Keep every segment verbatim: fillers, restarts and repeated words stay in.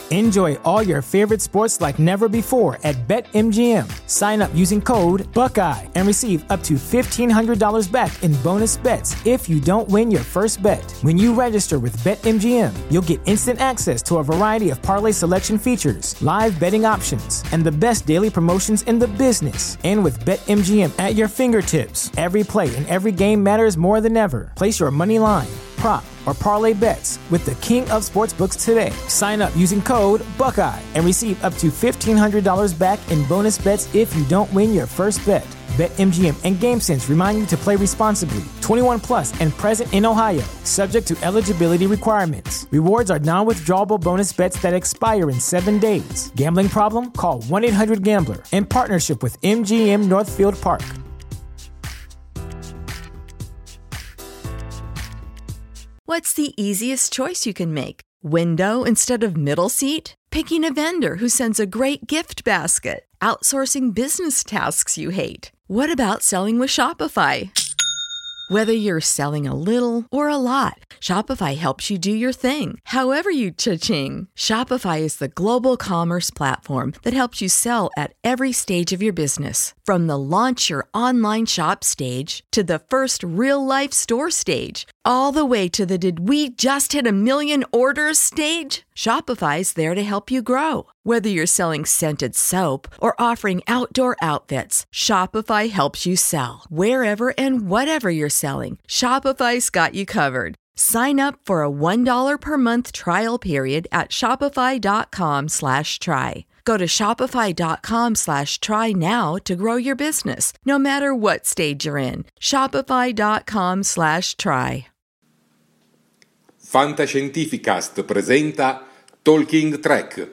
Enjoy all your favorite sports like never before at BetMGM. Sign up using code Buckeye and receive up to fifteen hundred dollars back in bonus bets if you don't win your first bet. When you register with BetMGM, you'll get instant access to a variety of parlay selection features, live betting options, and the best daily promotions in the business. And with BetMGM at your fingertips, every play and every game matters more than ever. Place your money line, prop, or parlay bets with the king of sportsbooks today. Sign up using code Buckeye and receive up to fifteen hundred dollars back in bonus bets if you don't win your first bet. BetMGM and GameSense remind you to play responsibly. twenty-one plus and present in Ohio, subject to eligibility requirements. Rewards are non-withdrawable bonus bets that expire in seven days. Gambling problem? Call one eight hundred gambler in partnership with M G M Northfield Park. What's the easiest choice you can make? Window instead of middle seat? Picking a vendor who sends a great gift basket? Outsourcing business tasks you hate? What about selling with Shopify? Whether you're selling a little or a lot, Shopify helps you do your thing, however you cha-ching. Shopify is the global commerce platform that helps you sell at every stage of your business. From the launch your online shop stage to the first real-life store stage, all the way to the did we just hit a million orders stage? Shopify's there to help you grow. Whether you're selling scented soap or offering outdoor outfits, Shopify helps you sell. Wherever and whatever you're selling, Shopify's got you covered. Sign up for a one dollar per month trial period at shopify.com slash try. Go to shopify.com slash try now to grow your business, no matter what stage you're in. Shopify.com slash try. Fantascientificast presenta Talking Trek.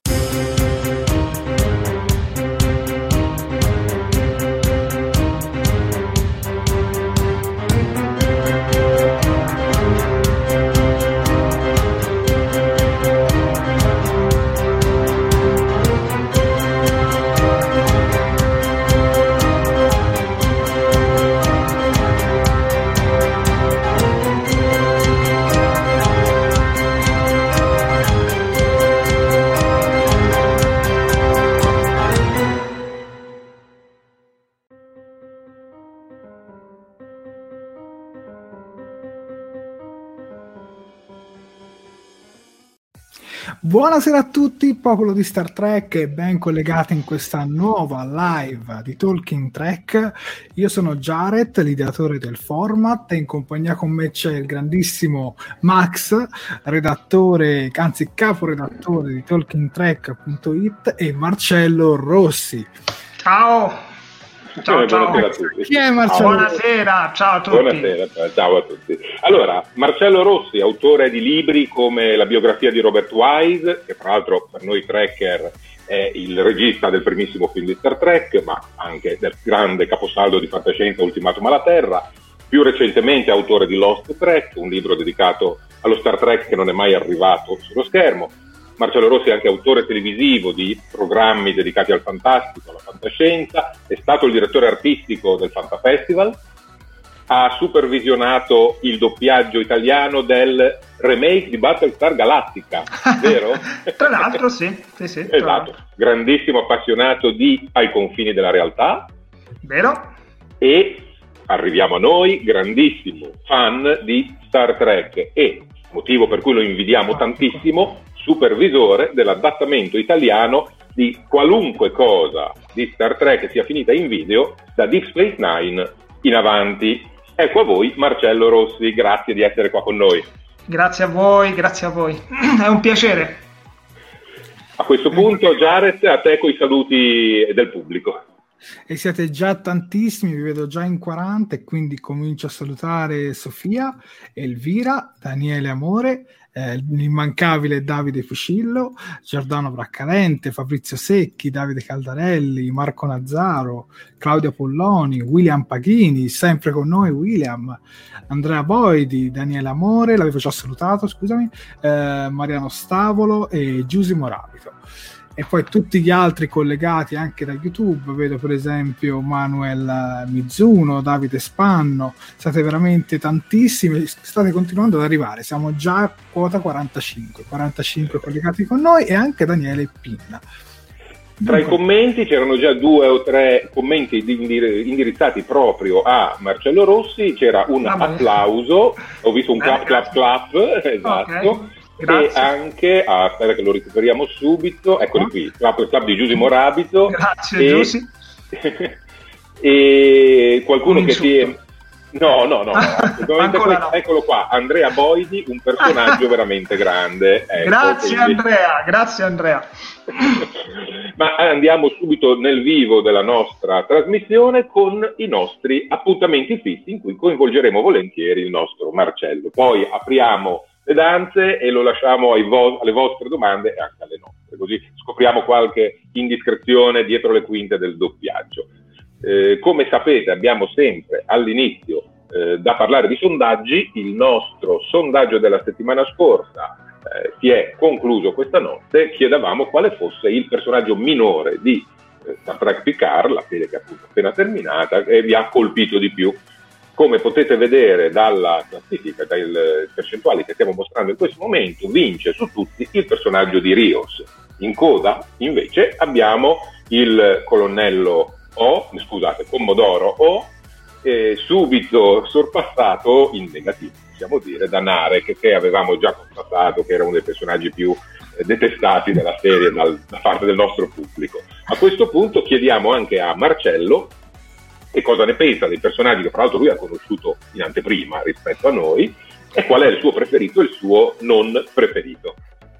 Buonasera a tutti, popolo di Star Trek e ben collegati in questa nuova live di Talking Trek. Io sono Jared, l'ideatore del format, e in compagnia con me c'è il grandissimo Max, redattore, anzi caporedattore di talking trek punto it, e Marcello Rossi. Ciao! Ciao, eh, ciao. Buonasera a tutti. Chi è Marcello? Buonasera, ciao a tutti. Buonasera, ciao a tutti. Allora, Marcello Rossi, autore di libri come la biografia di Robert Wise, che tra l'altro per noi trekker è il regista del primissimo film di Star Trek, ma anche del grande caposaldo di fantascienza Ultimatum alla Terra. Più recentemente autore di Lost Trek, un libro dedicato allo Star Trek che non è mai arrivato sullo schermo. Marcello Rossi è anche autore televisivo di programmi dedicati al fantastico, alla fantascienza, è stato il direttore artistico del Fanta Festival, ha supervisionato il doppiaggio italiano del remake di Battlestar Galactica, vero? Tra l'altro sì, sì, sì. Esatto, grandissimo appassionato di Ai confini della realtà. Vero? E arriviamo a noi, grandissimo fan di Star Trek e, motivo per cui lo invidiamo tantissimo, supervisore dell'adattamento italiano di qualunque cosa di Star Trek sia finita in video da Deep Space Nine in avanti. Ecco a voi Marcello Rossi, grazie di essere qua con noi. Grazie a voi, grazie a voi, è un piacere. A questo punto Jared, a te coi saluti del pubblico. E siete già tantissimi, vi vedo già in quaranta, e quindi comincio a salutare Sofia, Elvira, Daniele Amore, eh, l'immancabile Davide Fucillo, Giordano Braccalente, Fabrizio Secchi, Davide Caldarelli, Marco Nazzaro, Claudio Polloni, William Paghini, sempre con noi William, Andrea Boidi, Daniele Amore, l'avevo già salutato, scusami, eh, Mariano Stavolo e Giusy Morabito. e poi tutti gli altri collegati anche da YouTube. Vedo per esempio Manuel Mizuno, Davide Spanno, state veramente tantissimi, state continuando ad arrivare, siamo già a quota quarantacinque quarantacinque collegati con noi, e anche Daniele Pinna. Tra i commenti c'erano già due o tre commenti indir- indirizzati proprio a Marcello Rossi, c'era un ah, applauso, ho visto un clap clap clap, esatto, okay, e anche, ah, aspetta che lo recuperiamo subito, eccoli oh. qui, clap clap di Giusy Morabito. Grazie e, Giusy. E qualcuno che si è... No, no, no, no. no. Eccolo qua, Andrea Boidi, un personaggio veramente grande. Ecco, grazie quindi... Andrea, grazie Andrea. Ma andiamo subito nel vivo della nostra trasmissione con i nostri appuntamenti fissi in cui coinvolgeremo volentieri il nostro Marcello. Poi apriamo le danze e lo lasciamo ai vo- alle vostre domande e anche alle nostre, così scopriamo qualche indiscrezione dietro le quinte del doppiaggio. Eh, come sapete abbiamo sempre all'inizio eh, da parlare di sondaggi. Il nostro sondaggio della settimana scorsa eh, si è concluso questa notte. Chiedevamo quale fosse il personaggio minore di eh, Star Trek Picard, la serie che è appunto appena terminata, e vi ha colpito di più. Come potete vedere dalla classifica, dalle percentuali che stiamo mostrando in questo momento, vince su tutti il personaggio di Rios. In coda invece abbiamo il colonnello O, scusate, Commodoro O, eh, subito sorpassato in negativo, possiamo dire, da Narek, che avevamo già constatato che era uno dei personaggi più eh, detestati della serie dal, da parte del nostro pubblico. A questo punto chiediamo anche a Marcello che cosa ne pensa dei personaggi che fra l'altro lui ha conosciuto in anteprima rispetto a noi, e qual è il suo preferito e il suo non preferito.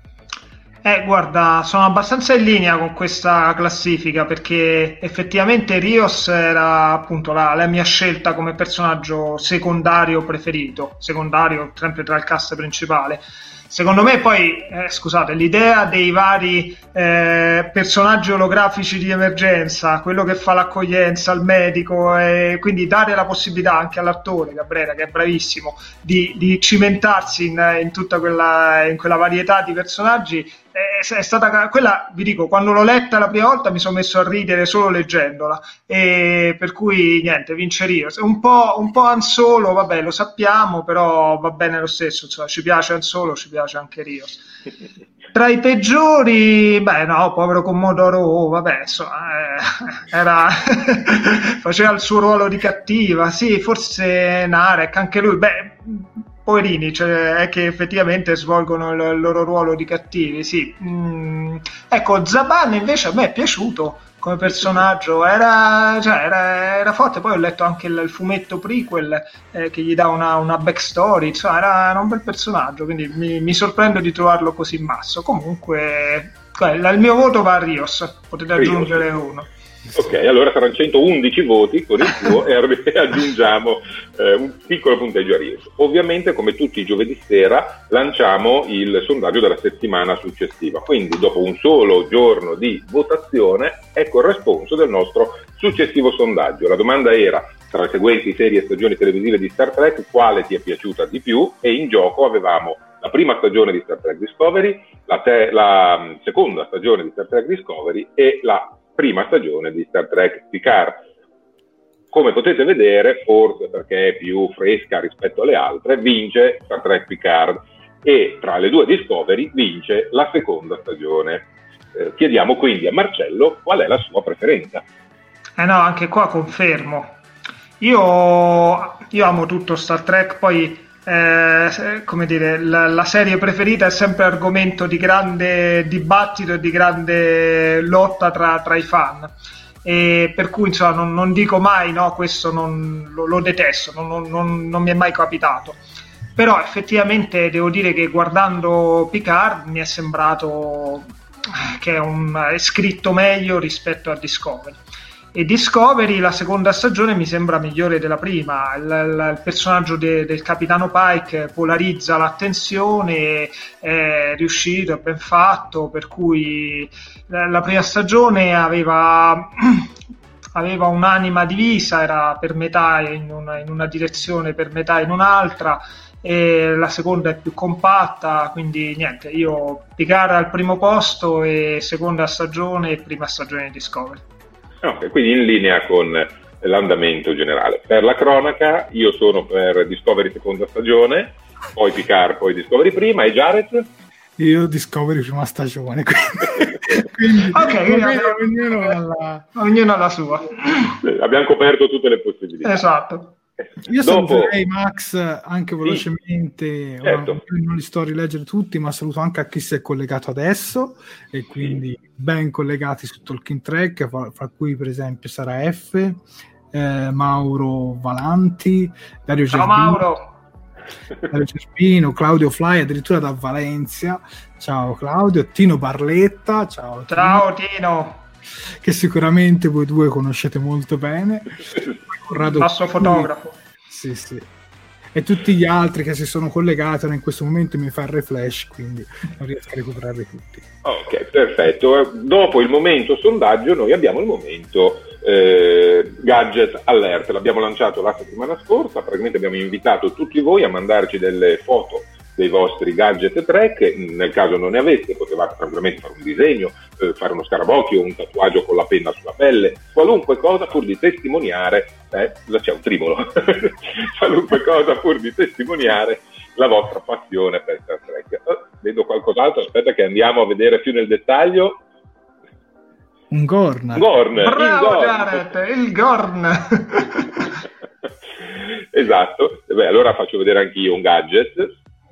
Eh, guarda, sono abbastanza in linea con questa classifica, perché effettivamente Rios era appunto la, la mia scelta come personaggio secondario preferito, secondario sempre tra il cast principale. Secondo me poi, eh, scusate, l'idea dei vari eh, personaggi olografici di emergenza, quello che fa l'accoglienza al medico, e quindi dare la possibilità anche all'attore Cabrera, che è bravissimo, di, di cimentarsi in, in tutta quella, in quella varietà di personaggi, è, è stata quella, vi dico, quando l'ho letta la prima volta mi sono messo a ridere solo leggendola, e per cui niente, vince Rios. Un po', un po' Han Solo, vabbè, lo sappiamo, però va bene lo stesso, insomma, ci piace Han Solo, ci piace anche Rios. Tra i peggiori, beh no, povero Commodoro, oh, vabbè, insomma, eh, era faceva il suo ruolo di cattiva, sì, forse Narek, anche lui, beh, poverini, cioè è che effettivamente svolgono il, il loro ruolo di cattivi, sì. Mm, ecco, Zaban invece a me è piaciuto come personaggio, era, cioè, era, era forte. Poi ho letto anche il, il fumetto prequel eh, che gli dà una, una backstory, cioè, era, era un bel personaggio, quindi mi, mi sorprendo di trovarlo così in basso. Comunque il mio voto va a Rios, potete aggiungere Rios. Uno. Ok, allora saranno centoundici voti con il tuo e aggiungiamo eh, un piccolo punteggio a Rios. Ovviamente, come tutti i giovedì sera, lanciamo il sondaggio della settimana successiva, quindi dopo un solo giorno di votazione ecco il responso del nostro successivo sondaggio. La domanda era: tra le seguenti serie e stagioni televisive di Star Trek, quale ti è piaciuta di più? E in gioco avevamo la prima stagione di Star Trek Discovery, la, te- la seconda stagione di Star Trek Discovery e la prima stagione di Star Trek Picard. Come potete vedere, forse perché è più fresca rispetto alle altre, vince Star Trek Picard, e tra le due Discovery vince la seconda stagione. Eh, chiediamo quindi a Marcello qual è la sua preferenza. Eh no, anche qua confermo. Io, io amo tutto Star Trek, poi eh, come dire, la, la serie preferita è sempre argomento di grande dibattito e di grande lotta tra, tra i fan, e per cui insomma non, non dico mai no, questo non, lo, lo detesto, non, non, non mi è mai capitato. Però effettivamente devo dire che guardando Picard mi è sembrato che è, un, è scritto meglio rispetto a Discovery. E Discovery, la seconda stagione, mi sembra migliore della prima. Il, il, il personaggio de, del capitano Pike polarizza l'attenzione, è riuscito, è ben fatto, per cui la, la prima stagione aveva, aveva un'anima divisa, era per metà in una, in una direzione, per metà in un'altra, e la seconda è più compatta, quindi niente, io Picard al primo posto e seconda stagione e prima stagione di Discovery. Ok, quindi in linea con l'andamento generale. Per la cronaca io sono per Discovery seconda stagione, poi Picard, poi Discovery prima, e Jared? Io Discovery prima stagione, quindi, quindi ok, quindi bene, abbiamo, ognuno, alla... ognuno alla sua. Abbiamo coperto tutte le possibilità. Esatto. Io Dopo... saluterei Max anche velocemente, sì, certo. Ora, non li sto a rileggere tutti, ma saluto anche a chi si è collegato adesso e quindi sì, ben collegati su Talking Track, fra, fra cui per esempio Sara F, eh, Mauro Valanti, Dario Ciao Gerbino, Mauro. Dario Gerbino, Claudio Fly addirittura da Valencia, ciao Claudio, Tino Barletta, ciao Tino, ciao Tino, che sicuramente voi due conoscete molto bene. Il nostro fotografo. Sì, sì. E tutti gli altri che si sono collegati in questo momento mi fa il refresh, quindi non riesco a recuperarli tutti. Ok, perfetto. Dopo il momento sondaggio noi abbiamo il momento eh, gadget alert. L'abbiamo lanciato la settimana scorsa, praticamente abbiamo invitato tutti voi a mandarci delle foto dei vostri gadget track. Nel caso non ne aveste, potevate tranquillamente fare un disegno, eh, fare uno scarabocchio, un tatuaggio con la penna sulla pelle, qualunque cosa pur di testimoniare, eh, c'è un tremolo, qualunque cosa pur di testimoniare la vostra passione per Star Trek. Oh, vedo qualcos'altro, aspetta che andiamo a vedere più nel dettaglio. Un Gorn. Gorn. Bravo il Jared, il Gorn. Esatto. Beh, allora faccio vedere anch'io un gadget.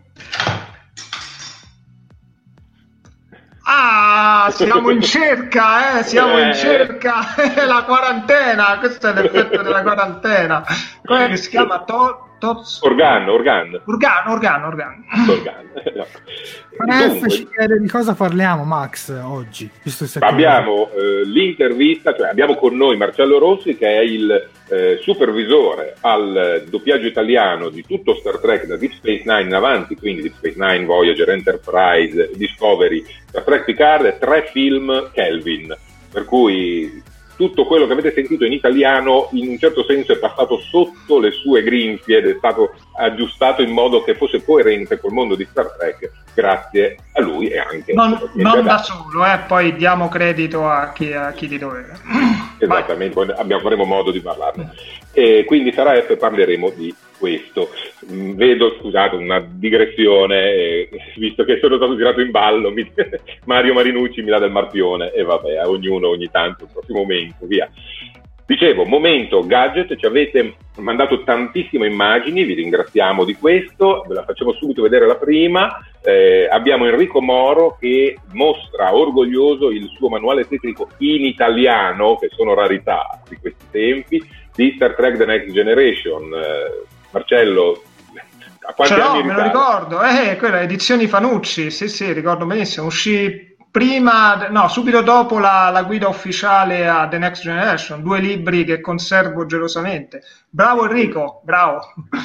Ah, siamo in cerca, eh, siamo in cerca, la quarantena, questo è l'effetto della quarantena. Come si chiama? To- Toz... Organ, Organ. Organ, Organ, Organ. Organ. No. Dunque, ci chiede di cosa parliamo, Max, oggi? Visto che abbiamo eh, l'intervista, cioè abbiamo con noi Marcello Rossi, che è il eh, supervisore al doppiaggio italiano di tutto Star Trek da Deep Space Nine in avanti, quindi Deep Space Nine, Voyager, Enterprise, Discovery, Star Trek Picard e tre film Kelvin, per cui tutto quello che avete sentito in italiano in un certo senso è passato sotto le sue grinfie ed è stato aggiustato in modo che fosse coerente col mondo di Star Trek, grazie a lui e anche non, non da solo, eh, poi diamo credito a chi, a chi di dovere. Esattamente, poi abbiamo, avremo modo di parlarne. E quindi sarà F, parleremo di questo. Vedo, scusate, una digressione, eh, visto che sono stato tirato in ballo, mi, Mario Marinucci mi dà del marpione e vabbè, a ognuno ogni tanto, il prossimo momento, via. Dicevo, momento gadget, ci avete mandato tantissime immagini, vi ringraziamo di questo, ve la facciamo subito vedere la prima. Eh, abbiamo Enrico Moro che mostra orgoglioso il suo manuale tecnico in italiano, che sono rarità di questi tempi, di Star Trek The Next Generation. Eh, Marcello, a quanti cioè, anni no, me lo ricordo, eh, quella edizioni Fanucci, sì sì, ricordo benissimo, uscì prima, no, subito dopo la, la guida ufficiale a The Next Generation, due libri che conservo gelosamente. Bravo Enrico, bravo.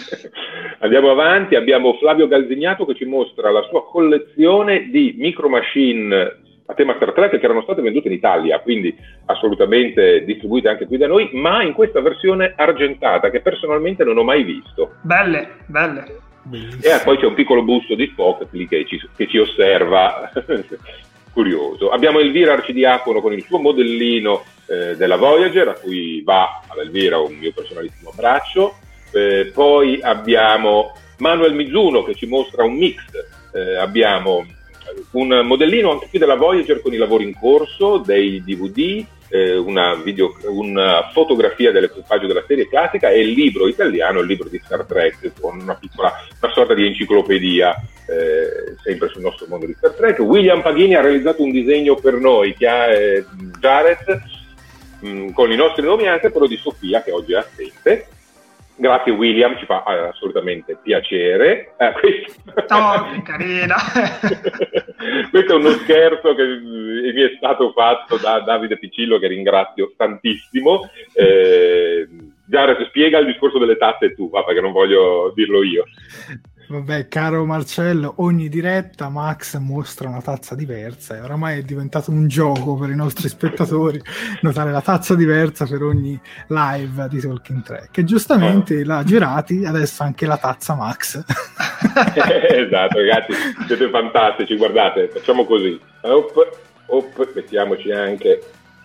Andiamo avanti, abbiamo Flavio Galzignato che ci mostra la sua collezione di micro machine a tema Star Trek che erano state vendute in Italia, quindi assolutamente distribuite anche qui da noi, ma in questa versione argentata che personalmente non ho mai visto. Belle, belle. Bellissimo. E poi c'è un piccolo busto di Spock lì che ci, che ci osserva. Curioso. Abbiamo Elvira Arcidiacono con il suo modellino eh, della Voyager, a cui va ad Elvira un mio personalissimo abbraccio. Eh, poi abbiamo Manuel Mizuno che ci mostra un mix. Eh, abbiamo un modellino anche qui della Voyager con i lavori in corso, dei D V D, eh, una, video, una fotografia dell'equipaggio della serie classica e il libro italiano, il libro di Star Trek con una piccola, una sorta di enciclopedia. Eh, sempre sul nostro mondo di Star Trek. William Paghini ha realizzato un disegno per noi che ha eh, Jared mh, con i nostri nomi anche quello di Sofia che oggi è assente. Grazie William, ci fa eh, assolutamente piacere. Eh, questo... Oh, che carina! Questo è uno scherzo che mi è stato fatto da Davide Piccillo, che ringrazio tantissimo. Eh, Jared, spiega il discorso delle tazze tu, va, perché non voglio dirlo io. Vabbè, caro Marcello, ogni diretta Max mostra una tazza diversa e oramai è diventato un gioco per i nostri spettatori notare la tazza diversa per ogni live di Talking Track. E giustamente oh. l'ha girati adesso anche la tazza Max. Esatto, ragazzi, siete fantastici. Guardate, facciamo così. Op, op, mettiamoci anche.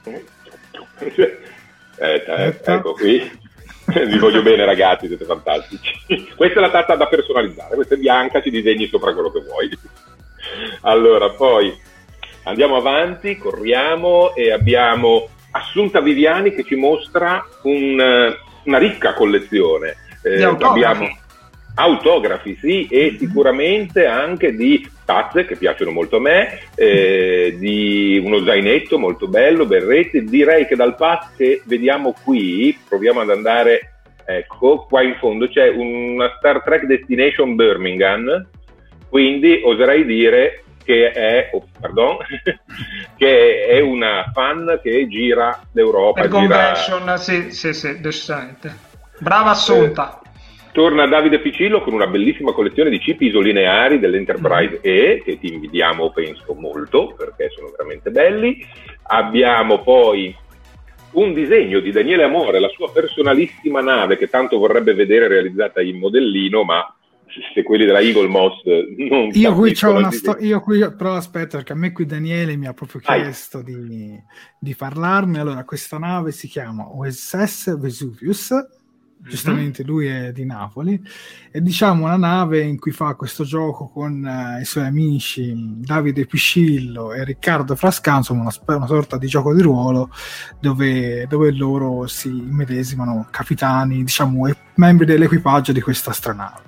Eh, eh, ecco qui. Vi voglio bene, ragazzi, siete fantastici. Questa è la tazza da personalizzare, questa è bianca, ci disegni sopra quello che vuoi. Allora, poi andiamo avanti, corriamo e abbiamo Assunta Viviani che ci mostra un, una ricca collezione. Di autografi. Abbiamo autografi, sì, e sicuramente anche di tazze che piacciono molto a me, eh, di uno zainetto molto bello, berretti. Direi che dal pass che vediamo qui, proviamo ad andare, ecco, qua in fondo c'è una Star Trek Destination Birmingham, quindi oserei dire che è, oh, pardon, che è una fan che gira l'Europa. Per gira... convention, sì, sì, sì, decisamente. Brava Assunta. Eh, Torna Davide Ficillo con una bellissima collezione di chip isolineari dell'Enterprise mm. E, che ti invidiamo, penso, molto, perché sono veramente belli. Abbiamo poi un disegno di Daniele Amore, la sua personalissima nave, che tanto vorrebbe vedere realizzata in modellino, ma se quelli della Eagle Moss non io qui c'ho una storia, io qui però aspetta, perché a me qui Daniele mi ha proprio chiesto di, di parlarmi. Allora, questa nave si chiama U S S Vesuvius, giustamente lui è di Napoli, è diciamo una nave in cui fa questo gioco con uh, i suoi amici Davide Piscillo e Riccardo Frasca, insomma una, una sorta di gioco di ruolo dove, dove loro si immedesimano capitani, diciamo, e membri dell'equipaggio di questa astronave.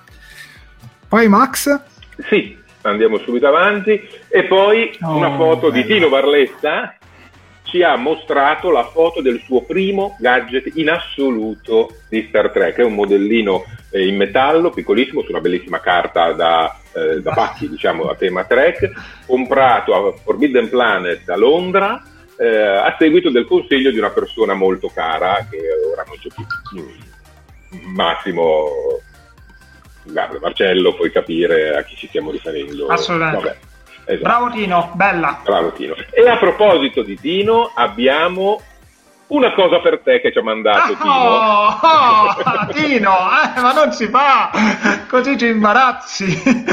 Poi Max? Sì, andiamo subito avanti. E poi oh, una foto bella. Di Tino Barletta ci ha mostrato la foto del suo primo gadget in assoluto di Star Trek. È un modellino eh, in metallo, piccolissimo, su una bellissima carta da, eh, da pacchi, diciamo, a tema Trek, comprato a Forbidden Planet a Londra, eh, a seguito del consiglio di una persona molto cara, che ora non c'è più. Massimo, guarda, Marcello, puoi capire a chi ci stiamo riferendo. Assolutamente. Vabbè. Esatto. Bravo Tino, bella. Bravo Tino. E a proposito di Tino, abbiamo una cosa per te che ci ha mandato ah, Tino. Oh, oh, Tino, eh, ma non si fa, così ci imbarazzi.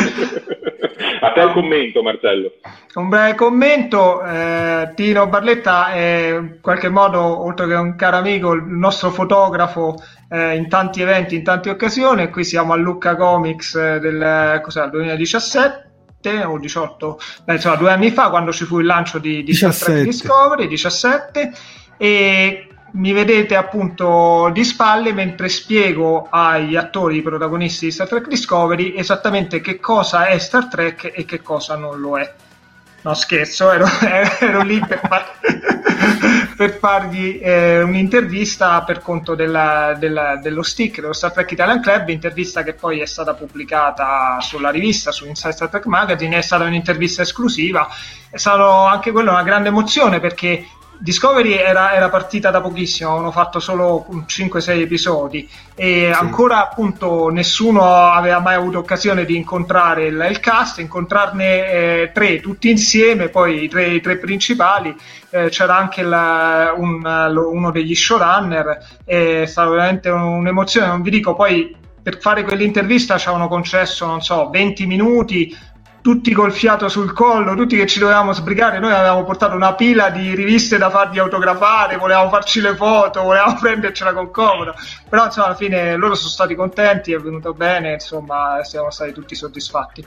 A te il commento, Marcello. Un bel commento. eh, Tino Barletta è in qualche modo, oltre che un caro amico, il nostro fotografo eh, in tanti eventi, in tante occasioni. Qui siamo a Lucca Comics eh, del cos'è, duemiladiciassette o diciotto, beh, insomma due anni fa, quando ci fu il lancio di, di Star Trek Discovery, diciassette, e mi vedete appunto di spalle mentre spiego agli attori, i protagonisti di Star Trek Discovery, esattamente che cosa è Star Trek e che cosa non lo è. No, scherzo, ero, ero lì per, far, per fargli eh, un'intervista per conto della, della, dello stick, dello Star Trek Italian Club, intervista che poi è stata pubblicata sulla rivista, su Inside Star Trek Magazine. È stata un'intervista esclusiva, è stata anche quella una grande emozione, perché Discovery era, era partita da pochissimo, avevano fatto solo cinque sei episodi e sì. Ancora appunto nessuno aveva mai avuto occasione di incontrare il, il cast, incontrarne eh, tre tutti insieme, poi i tre, i tre principali, eh, c'era anche la, un, uno degli showrunner, è stata veramente un'emozione, non vi dico, poi per fare quell'intervista ci avevano concesso, non so, venti minuti, tutti col fiato sul collo, tutti che ci dovevamo sbrigare. Noi avevamo portato una pila di riviste da fargli autografare, volevamo farci le foto, volevamo prendercela con comodo, però insomma alla fine loro sono stati contenti, è venuto bene, insomma siamo stati tutti soddisfatti.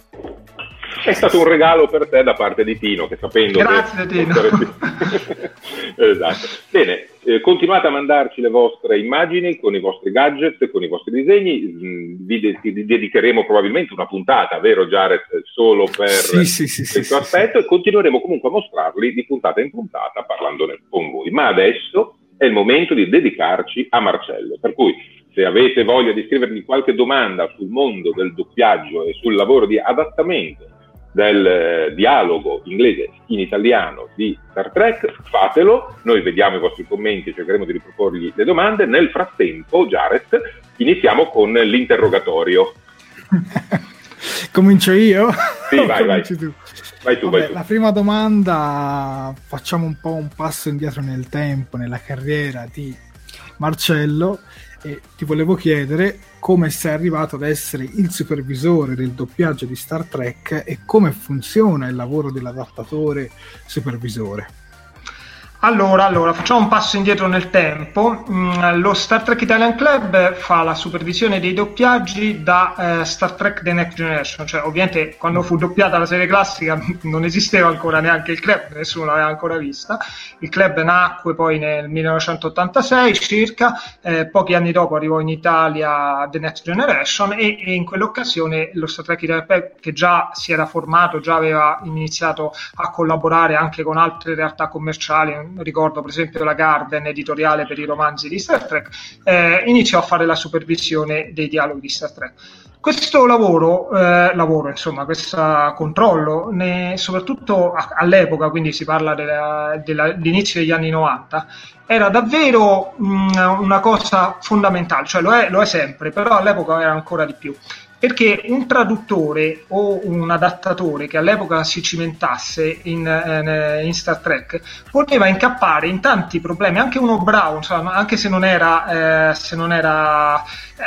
È stato un regalo per te da parte di Tino, che sapendo grazie che Tino. Esatto. Bene, eh, continuate a mandarci le vostre immagini con i vostri gadget, con i vostri disegni. Vi, de- vi dedicheremo probabilmente una puntata, vero Jared, solo per sì, sì, sì, questo sì, aspetto, sì. E continueremo comunque a mostrarli di puntata in puntata parlandone con voi. Ma adesso è il momento di dedicarci a Marcello, per cui se avete voglia di scrivermi qualche domanda sul mondo del doppiaggio e sul lavoro di adattamento del eh, dialogo inglese in italiano di Star Trek, fatelo, noi vediamo i vostri commenti e cercheremo di riproporgli le domande. Nel frattempo, Jared, iniziamo con l'interrogatorio. Comincio io? Sì, vai, vai. Tu. Vai tu, Vabbè, vai tu. La prima domanda, facciamo un po' un passo indietro nel tempo, nella carriera di Marcello. E ti volevo chiedere come sei arrivato ad essere il supervisore del doppiaggio di Star Trek e come funziona il lavoro dell'adattatore supervisore. Allora, allora, facciamo un passo indietro nel tempo. Mm, lo Star Trek Italian Club fa la supervisione dei doppiaggi da eh, Star Trek The Next Generation, cioè ovviamente quando fu doppiata la serie classica non esisteva ancora neanche il club, nessuno l'aveva ancora vista. Il club nacque poi nel millenovecentottantasei circa, eh, pochi anni dopo arrivò in Italia The Next Generation e, e in quell'occasione lo Star Trek Italian Club, che già si era formato, già aveva iniziato a collaborare anche con altre realtà commerciali, ricordo per esempio la Garden editoriale per i romanzi di Star Trek, eh, iniziò a fare la supervisione dei dialoghi di Star Trek. Questo lavoro, eh, lavoro insomma, questo controllo, ne, soprattutto a, all'epoca, quindi si parla della, della, dell'inizio degli anni novanta, era davvero mh, una cosa fondamentale, cioè lo è, lo è sempre, però all'epoca era ancora di più. Perché un traduttore o un adattatore che all'epoca si cimentasse in, eh, in Star Trek poteva incappare in tanti problemi, anche uno bravo, insomma, anche se non era, eh, se non era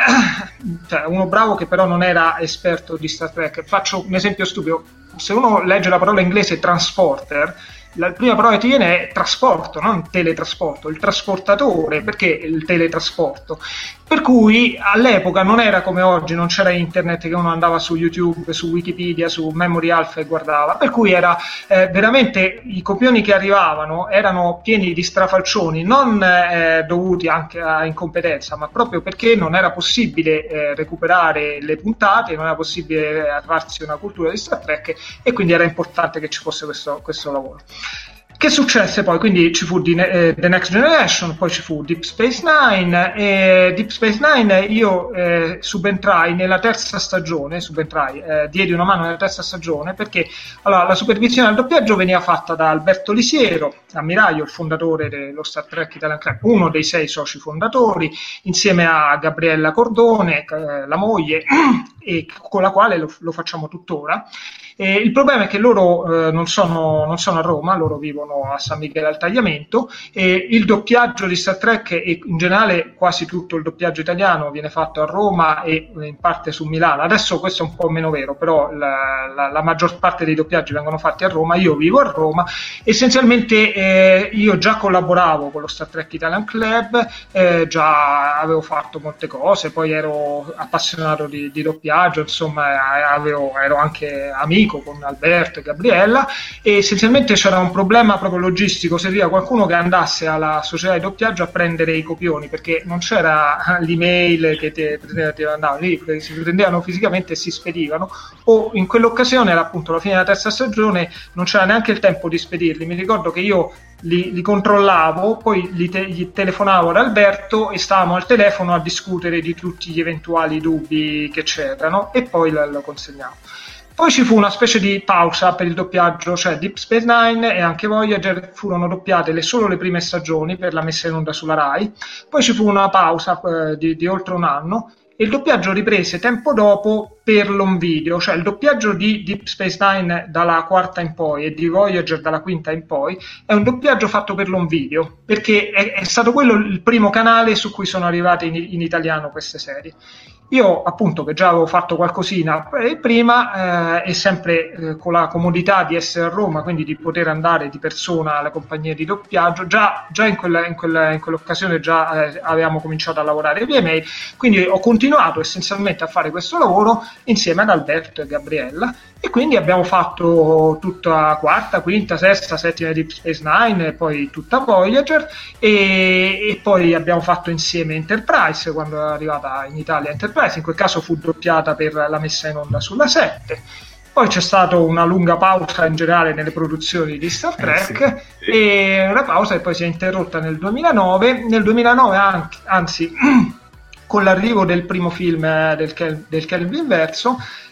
eh, cioè uno bravo che però non era esperto di Star Trek. Faccio un esempio stupido: se uno legge la parola inglese transporter, la prima parola che ti viene è trasporto, non teletrasporto, il trasportatore. Perché il teletrasporto? Per cui all'epoca non era come oggi, non c'era internet che uno andava su YouTube, su Wikipedia, su Memory Alpha e guardava, per cui era eh, veramente, i copioni che arrivavano erano pieni di strafalcioni, non eh, dovuti anche a incompetenza, ma proprio perché non era possibile eh, recuperare le puntate, non era possibile farsi una cultura di Star Trek e quindi era importante che ci fosse questo, questo lavoro. Che successe poi? Quindi ci fu di, eh, The Next Generation, poi ci fu Deep Space Nine, e Deep Space Nine io eh, subentrai nella terza stagione, subentrai, eh, diedi una mano nella terza stagione, perché allora, la supervisione al doppiaggio veniva fatta da Alberto Lisiero, ammiraglio, il fondatore dello Star Trek Italian Club, uno dei sei soci fondatori, insieme a Gabriella Cordone, eh, la moglie, e con la quale lo, lo facciamo tuttora. E il problema è che loro eh, non, sono, non sono a Roma, loro vivono a San Michele al Tagliamento, e il doppiaggio di Star Trek e in generale quasi tutto il doppiaggio italiano viene fatto a Roma e in parte su Milano. Adesso questo è un po' meno vero, però la, la, la maggior parte dei doppiaggi vengono fatti a Roma. Io vivo a Roma, essenzialmente eh, io già collaboravo con lo Star Trek Italian Club, eh, già avevo fatto molte cose, poi ero appassionato di, di doppiaggio, insomma avevo, ero anche amico con Alberto e Gabriella, e essenzialmente c'era un problema proprio logistico: serviva qualcuno che andasse alla società di doppiaggio a prendere i copioni, perché non c'era l'email che ti, ti mandavano lì, si prendevano fisicamente e si spedivano, o in quell'occasione era appunto la fine della terza stagione, non c'era neanche il tempo di spedirli. Mi ricordo che io Li, li controllavo, poi li te, gli telefonavo ad Alberto e stavamo al telefono a discutere di tutti gli eventuali dubbi che c'erano e poi lo, lo consegnavo. Poi ci fu una specie di pausa per il doppiaggio, cioè Deep Space Nine e anche Voyager furono doppiate le, solo le prime stagioni per la messa in onda sulla Rai, poi ci fu una pausa eh, di, di oltre un anno e il doppiaggio riprese tempo dopo per l'home video, cioè il doppiaggio di Deep Space Nine dalla quarta in poi e di Voyager dalla quinta in poi è un doppiaggio fatto per l'home video, perché è, è stato quello il primo canale su cui sono arrivate in, in italiano queste serie. Io appunto, che già avevo fatto qualcosina prima, eh, e sempre eh, con la comodità di essere a Roma, quindi di poter andare di persona alle compagnie di doppiaggio, già, già in, quella, in, quella, in quell'occasione già eh, avevamo cominciato a lavorare via email, quindi ho continuato essenzialmente a fare questo lavoro insieme ad Alberto e Gabriella, e quindi abbiamo fatto tutta quarta, quinta, sesta, settima di Deep Space Nine e poi tutta Voyager, e, e poi abbiamo fatto insieme Enterprise quando è arrivata in Italia Enterprise, in quel caso fu doppiata per la messa in onda sulla sette. Poi c'è stata una lunga pausa in generale nelle produzioni di Star Trek, eh sì, sì. E una pausa che poi si è interrotta nel duemilanove. Nel duemilanove anche, anzi con l'arrivo del primo film del, Kel- del Kelvin Verso,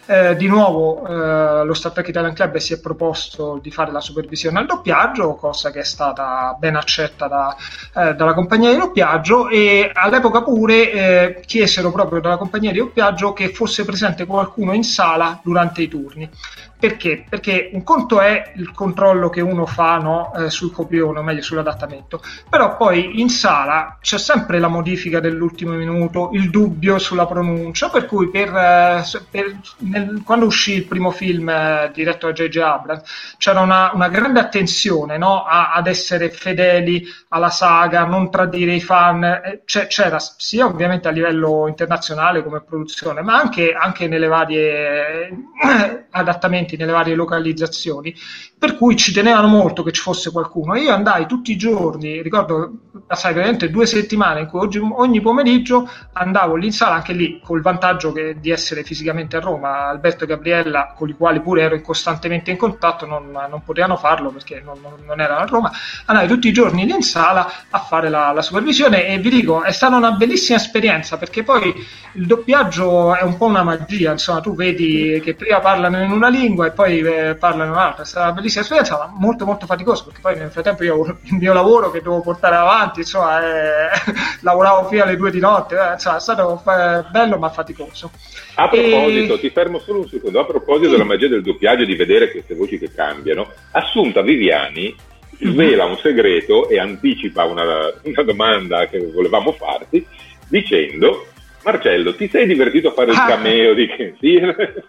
eh, di nuovo eh, lo Star Trek Italian Club si è proposto di fare la supervisione al doppiaggio, cosa che è stata ben accetta da, eh, dalla compagnia di doppiaggio, e all'epoca pure eh, chiesero proprio dalla compagnia di doppiaggio che fosse presente qualcuno in sala durante i turni. Perché? Perché un conto è il controllo che uno fa, no, eh, sul copione, o meglio sull'adattamento, però poi in sala c'è sempre la modifica dell'ultimo minuto, il dubbio sulla pronuncia, per cui per, eh, per, nel, quando uscì il primo film eh, diretto da J J Abrams c'era una, una grande attenzione, no, a, ad essere fedeli alla saga, non tradire i fan, eh, c'era sia ovviamente a livello internazionale come produzione, ma anche, anche nelle varie eh, adattamenti, nelle varie localizzazioni, per cui ci tenevano molto che ci fosse qualcuno. Io andai tutti i giorni, ricordo, passai veramente due settimane in cui oggi, ogni pomeriggio andavo lì in sala, anche lì col vantaggio che, di essere fisicamente a Roma. Alberto e Gabriella, con i quali pure ero costantemente in contatto, non, non potevano farlo perché non, non, non erano a Roma. Andai tutti i giorni lì in sala a fare la, la supervisione, e vi dico, è stata una bellissima esperienza, perché poi il doppiaggio è un po' una magia, insomma, tu vedi che prima parlano in una lingua e poi eh, parlano in un'altra. È stata una bellissima esperienza, ma molto molto faticosa, perché poi nel frattempo io il mio lavoro che devo portare avanti, insomma, eh, lavoravo fino alle due di notte, eh, insomma, è stato eh, bello ma faticoso. A proposito, e... ti fermo solo un secondo, a proposito sì. della magia del doppiaggio, di vedere queste voci che cambiano, Assunta Viviani svela un segreto e anticipa una, una domanda che volevamo farti, dicendo: Marcello, ti sei divertito a fare il cameo ah. di Ken Sir?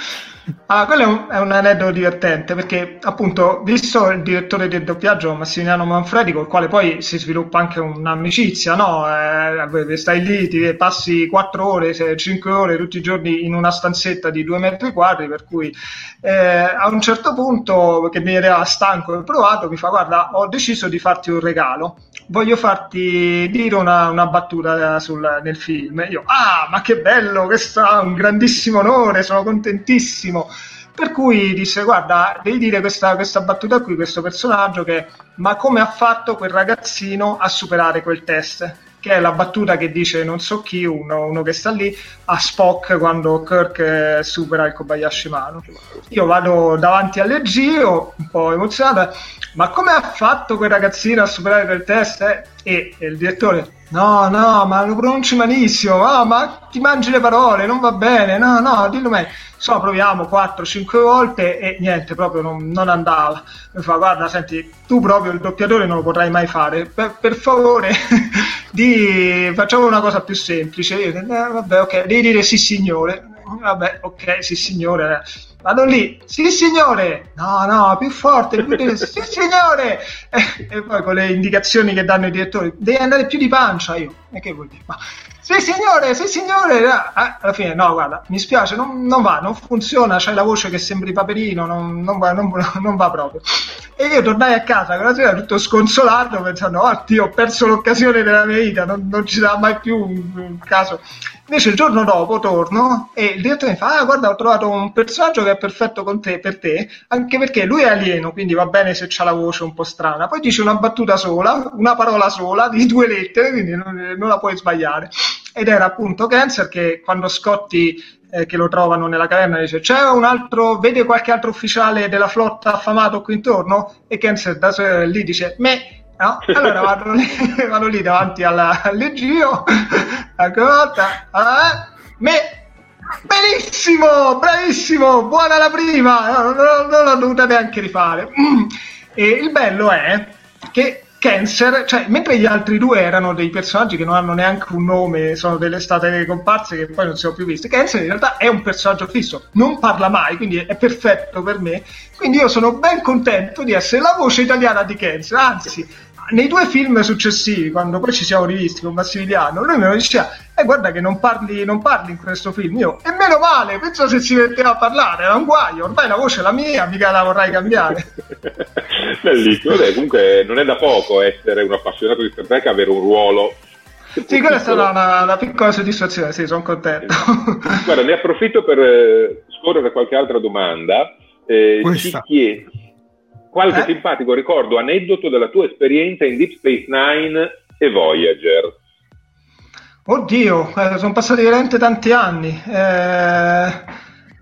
Ah, quello è un, è un aneddoto divertente, perché appunto, visto il direttore del doppiaggio Massimiliano Manfredi, col quale poi si sviluppa anche un'amicizia, no? Eh, stai lì, ti passi quattro ore, cinque ore tutti i giorni in una stanzetta di due metri quadri, per cui eh, a un certo punto, che mi era stanco e provato, mi fa: guarda, ho deciso di farti un regalo, voglio farti dire una, una battuta sul, nel film. Io, ah, ma che bello, questo è un grandissimo onore, sono contentissimo. Per cui disse: guarda, devi dire questa, questa battuta qui, questo personaggio, che ma come ha fatto quel ragazzino a superare quel test? Che è la battuta che dice non so chi, uno, uno che sta lì, a Spock quando Kirk eh, supera il Kobayashi Maru. Io vado davanti al leggio, un po' emozionata: ma come ha fatto quel ragazzino a superare quel test? Eh? E, e il direttore: no, no, ma lo pronunci malissimo, oh, ma ti mangi le parole, non va bene, no, no, dillo meglio. Insomma, proviamo quattro cinque volte e niente, proprio non, non andava. Mi fa: guarda, senti, tu proprio il doppiatore non lo potrai mai fare, per, per favore di, facciamo una cosa più semplice. Io, eh, vabbè, ok, devi dire sì signore. Vabbè, ok, sì signore. Vado lì, sì signore, no no, più forte, più di... sì signore, e, e poi con le indicazioni che danno i direttori, devi andare più di pancia. Io, e che vuol dire? Ma sì signore, sì signore, eh, alla fine no, guarda, mi spiace, non, non va, non funziona, c'hai la voce che sembri Paperino, non, non, va, non, non va proprio. E io tornai a casa quella sera tutto sconsolato, pensando: oh Dio, ho perso l'occasione della mia vita, non, non ci sarà mai più un, un caso. Invece il giorno dopo torno e il direttore mi fa: ah, guarda, ho trovato un personaggio che è perfetto con te, per te, anche perché lui è alieno, quindi va bene se c'ha la voce un po' strana, poi dice una battuta sola, una parola sola di due lettere, quindi non, non la puoi sbagliare. Ed era appunto Cancer, che quando Scotty, eh, che lo trovano nella caverna, dice: c'è un altro, vede qualche altro ufficiale della flotta affamato qui intorno? E Cancer da solo lì dice: me. No? Allora vado lì, vado lì davanti alla, al leggio, anche una volta, eh, me, benissimo, bravissimo, buona la prima, no, non, non l'ho dovuta neanche rifare. E il bello è che Cancer, cioè, mentre gli altri due erano dei personaggi che non hanno neanche un nome, sono delle state comparse che poi non si sono più viste, Cancer in realtà è un personaggio fisso, non parla mai, quindi è perfetto per me. Quindi io sono ben contento di essere la voce italiana di Cancer. Anzi, nei due film successivi, quando poi ci siamo rivisti con Massimiliano, lui mi diceva: eh, guarda che non parli, non parli in questo film. Io, e meno male, penso se si metteva a parlare, era un guaio, ormai la voce è la mia, mica la vorrai cambiare. Bellissimo. Beh, comunque non è da poco essere un appassionato di Star Trek, avere un ruolo. Sì, quella è stata una, una piccola soddisfazione, sì, sono contento. Guarda, ne approfitto per eh, scorrere qualche altra domanda. Eh, ci chiede qualche eh? simpatico ricordo, aneddoto della tua esperienza in Deep Space Nine e Voyager. Oddio, eh, sono passati veramente tanti anni. Eh,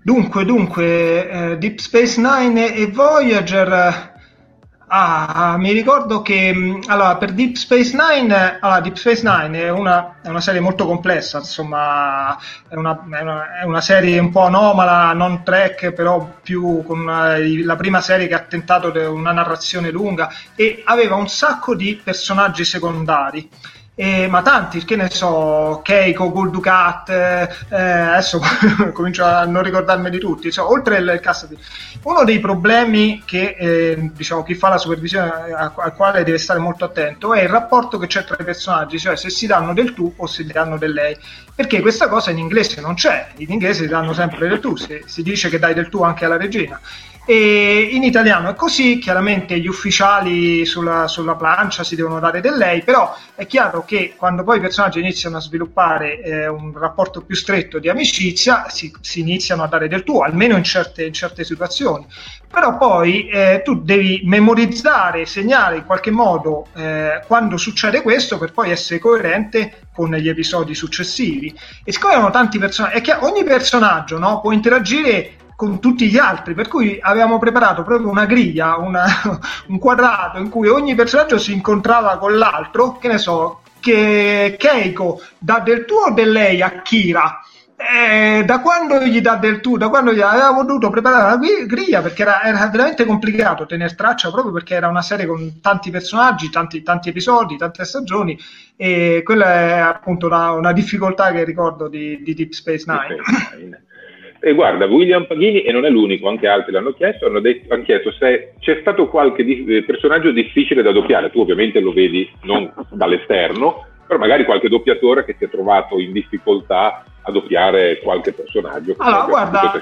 Dunque, dunque, eh, Deep Space Nine e Voyager. Ah, mi ricordo che mh, allora per Deep Space Nine, allora, Deep Space Nine è una, è una serie molto complessa, insomma, è una, è, una, è una serie un po' anomala, non Trek, però più con una, la prima serie che ha tentato de, una narrazione lunga e aveva un sacco di personaggi secondari. Eh, ma tanti, che ne so, Keiko, Gul Dukat, eh, adesso comincio a non ricordarmi di tutti, cioè, oltre il cast di... Uno dei problemi che eh, diciamo chi fa la supervisione al quale deve stare molto attento è il rapporto che c'è tra i personaggi, cioè se si danno del tu o si danno del lei, perché questa cosa in inglese non c'è, in inglese si danno sempre del tu, si, si dice che dai del tu anche alla regina. E in italiano è così, chiaramente gli ufficiali sulla, sulla plancia si devono dare del lei, però è chiaro che quando poi i personaggi iniziano a sviluppare eh, un rapporto più stretto di amicizia si, si iniziano a dare del tu, almeno in certe, in certe situazioni, però poi eh, tu devi memorizzare, segnare in qualche modo eh, quando succede questo per poi essere coerente con gli episodi successivi. E siccome erano tanti personaggi, è che ogni personaggio, no, può interagire con tutti gli altri, per cui avevamo preparato proprio una griglia, una, un quadrato in cui ogni personaggio si incontrava con l'altro, che ne so, che Keiko dà del tu o del lei a Kira, eh, da quando gli dà del tu, da quando gli avevamo dovuto preparare la griglia, perché era, era veramente complicato tenere traccia, proprio perché era una serie con tanti personaggi, tanti, tanti episodi, tante stagioni, e quella è appunto una, una difficoltà che ricordo di, di Deep Space Nine. E guarda, William Paghini, e non è l'unico, anche altri l'hanno chiesto, hanno, detto, hanno chiesto se c'è stato qualche di, personaggio difficile da doppiare. Tu ovviamente lo vedi non dall'esterno, però magari qualche doppiatore che si è trovato in difficoltà a doppiare qualche personaggio. Allora, guarda,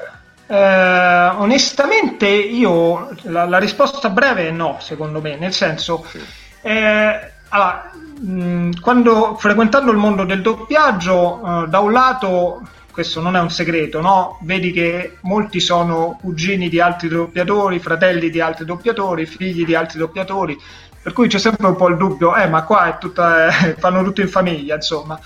eh, onestamente io la, la risposta breve è no, secondo me, nel senso, sì. eh, allora, mh, quando frequentando il mondo del doppiaggio, eh, da un lato... questo non è un segreto, no? Vedi che molti sono cugini di altri doppiatori, fratelli di altri doppiatori, figli di altri doppiatori, per cui c'è sempre un po' il dubbio, eh, ma qua è tutta, eh, fanno tutto in famiglia, insomma.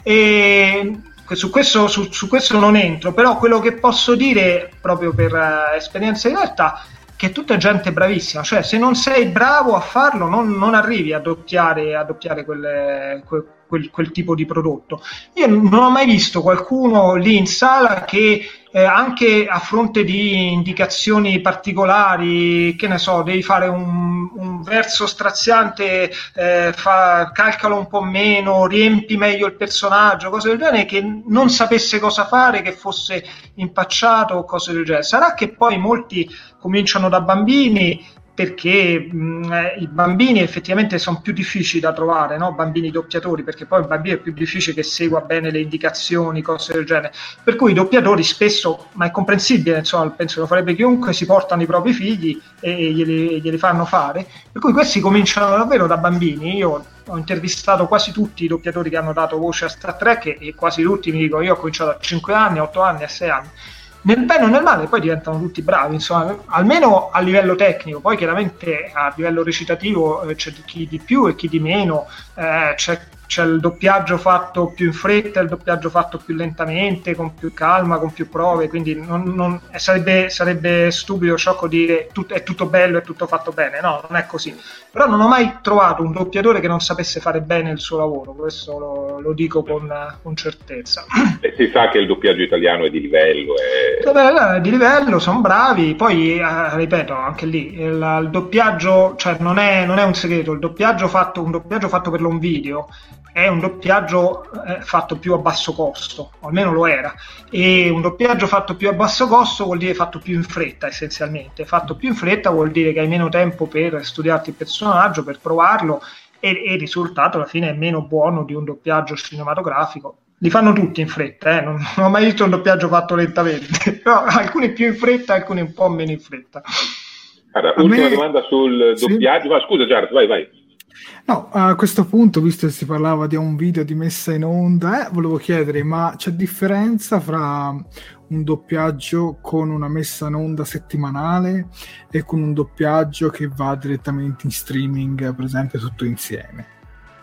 E su questo, su, su questo non entro, però quello che posso dire, proprio per uh, esperienza diretta, che è tutta gente bravissima, cioè se non sei bravo a farlo non, non arrivi a doppiare, a doppiare quelle, que, quel, quel tipo di prodotto. Io non ho mai visto qualcuno lì in sala che eh, anche a fronte di indicazioni particolari, che ne so, devi fare un, un verso straziante, eh, fa, calcalo un po' meno, riempi meglio il personaggio, cose del genere, che non sapesse cosa fare, che fosse impacciato o cose del genere. Sarà che poi molti cominciano da bambini, perché mh, eh, i bambini effettivamente sono più difficili da trovare, no? Bambini doppiatori, perché poi il bambino è più difficile che segua bene le indicazioni, cose del genere, per cui i doppiatori spesso, ma è comprensibile, insomma, penso lo farebbe chiunque, si portano i propri figli e glieli, glieli fanno fare, per cui questi cominciano davvero da bambini. Io ho intervistato quasi tutti i doppiatori che hanno dato voce a Star Trek e, e quasi tutti mi dicono: io ho cominciato a cinque anni, a otto anni, a sei anni. Nel bene o nel male poi diventano tutti bravi, insomma, almeno a livello tecnico. Poi chiaramente a livello recitativo eh, c'è chi di più e chi di meno, eh, c'è, c'è il doppiaggio fatto più in fretta, il doppiaggio fatto più lentamente, con più calma, con più prove, quindi non, non, eh, sarebbe, sarebbe stupido, sciocco dire tutto, è tutto bello, è tutto fatto bene, no, non è così. Però non ho mai trovato un doppiatore che non sapesse fare bene il suo lavoro, questo lo, lo dico con, con certezza. E si sa che il doppiaggio italiano è di livello. È... Beh, di livello, sono bravi, poi eh, ripeto, anche lì, il, il doppiaggio, cioè non è, non è un segreto, il doppiaggio fatto, un doppiaggio fatto per l'home video è un doppiaggio eh, fatto più a basso costo, o almeno lo era, e un doppiaggio fatto più a basso costo vuol dire fatto più in fretta, essenzialmente. Fatto più in fretta vuol dire che hai meno tempo per studiarti il personaggio, per provarlo, e, e il risultato alla fine è meno buono di un doppiaggio cinematografico. Li fanno tutti in fretta, eh? non, non ho mai visto un doppiaggio fatto lentamente, però alcuni più in fretta, alcuni un po' meno in fretta. Allora, ultima me... domanda sul doppiaggio, sì. Ma scusa Giardo, vai vai. No, a questo punto, visto che si parlava di un video di messa in onda, eh, volevo chiedere, ma c'è differenza fra un doppiaggio con una messa in onda settimanale e con un doppiaggio che va direttamente in streaming, per esempio, tutto insieme?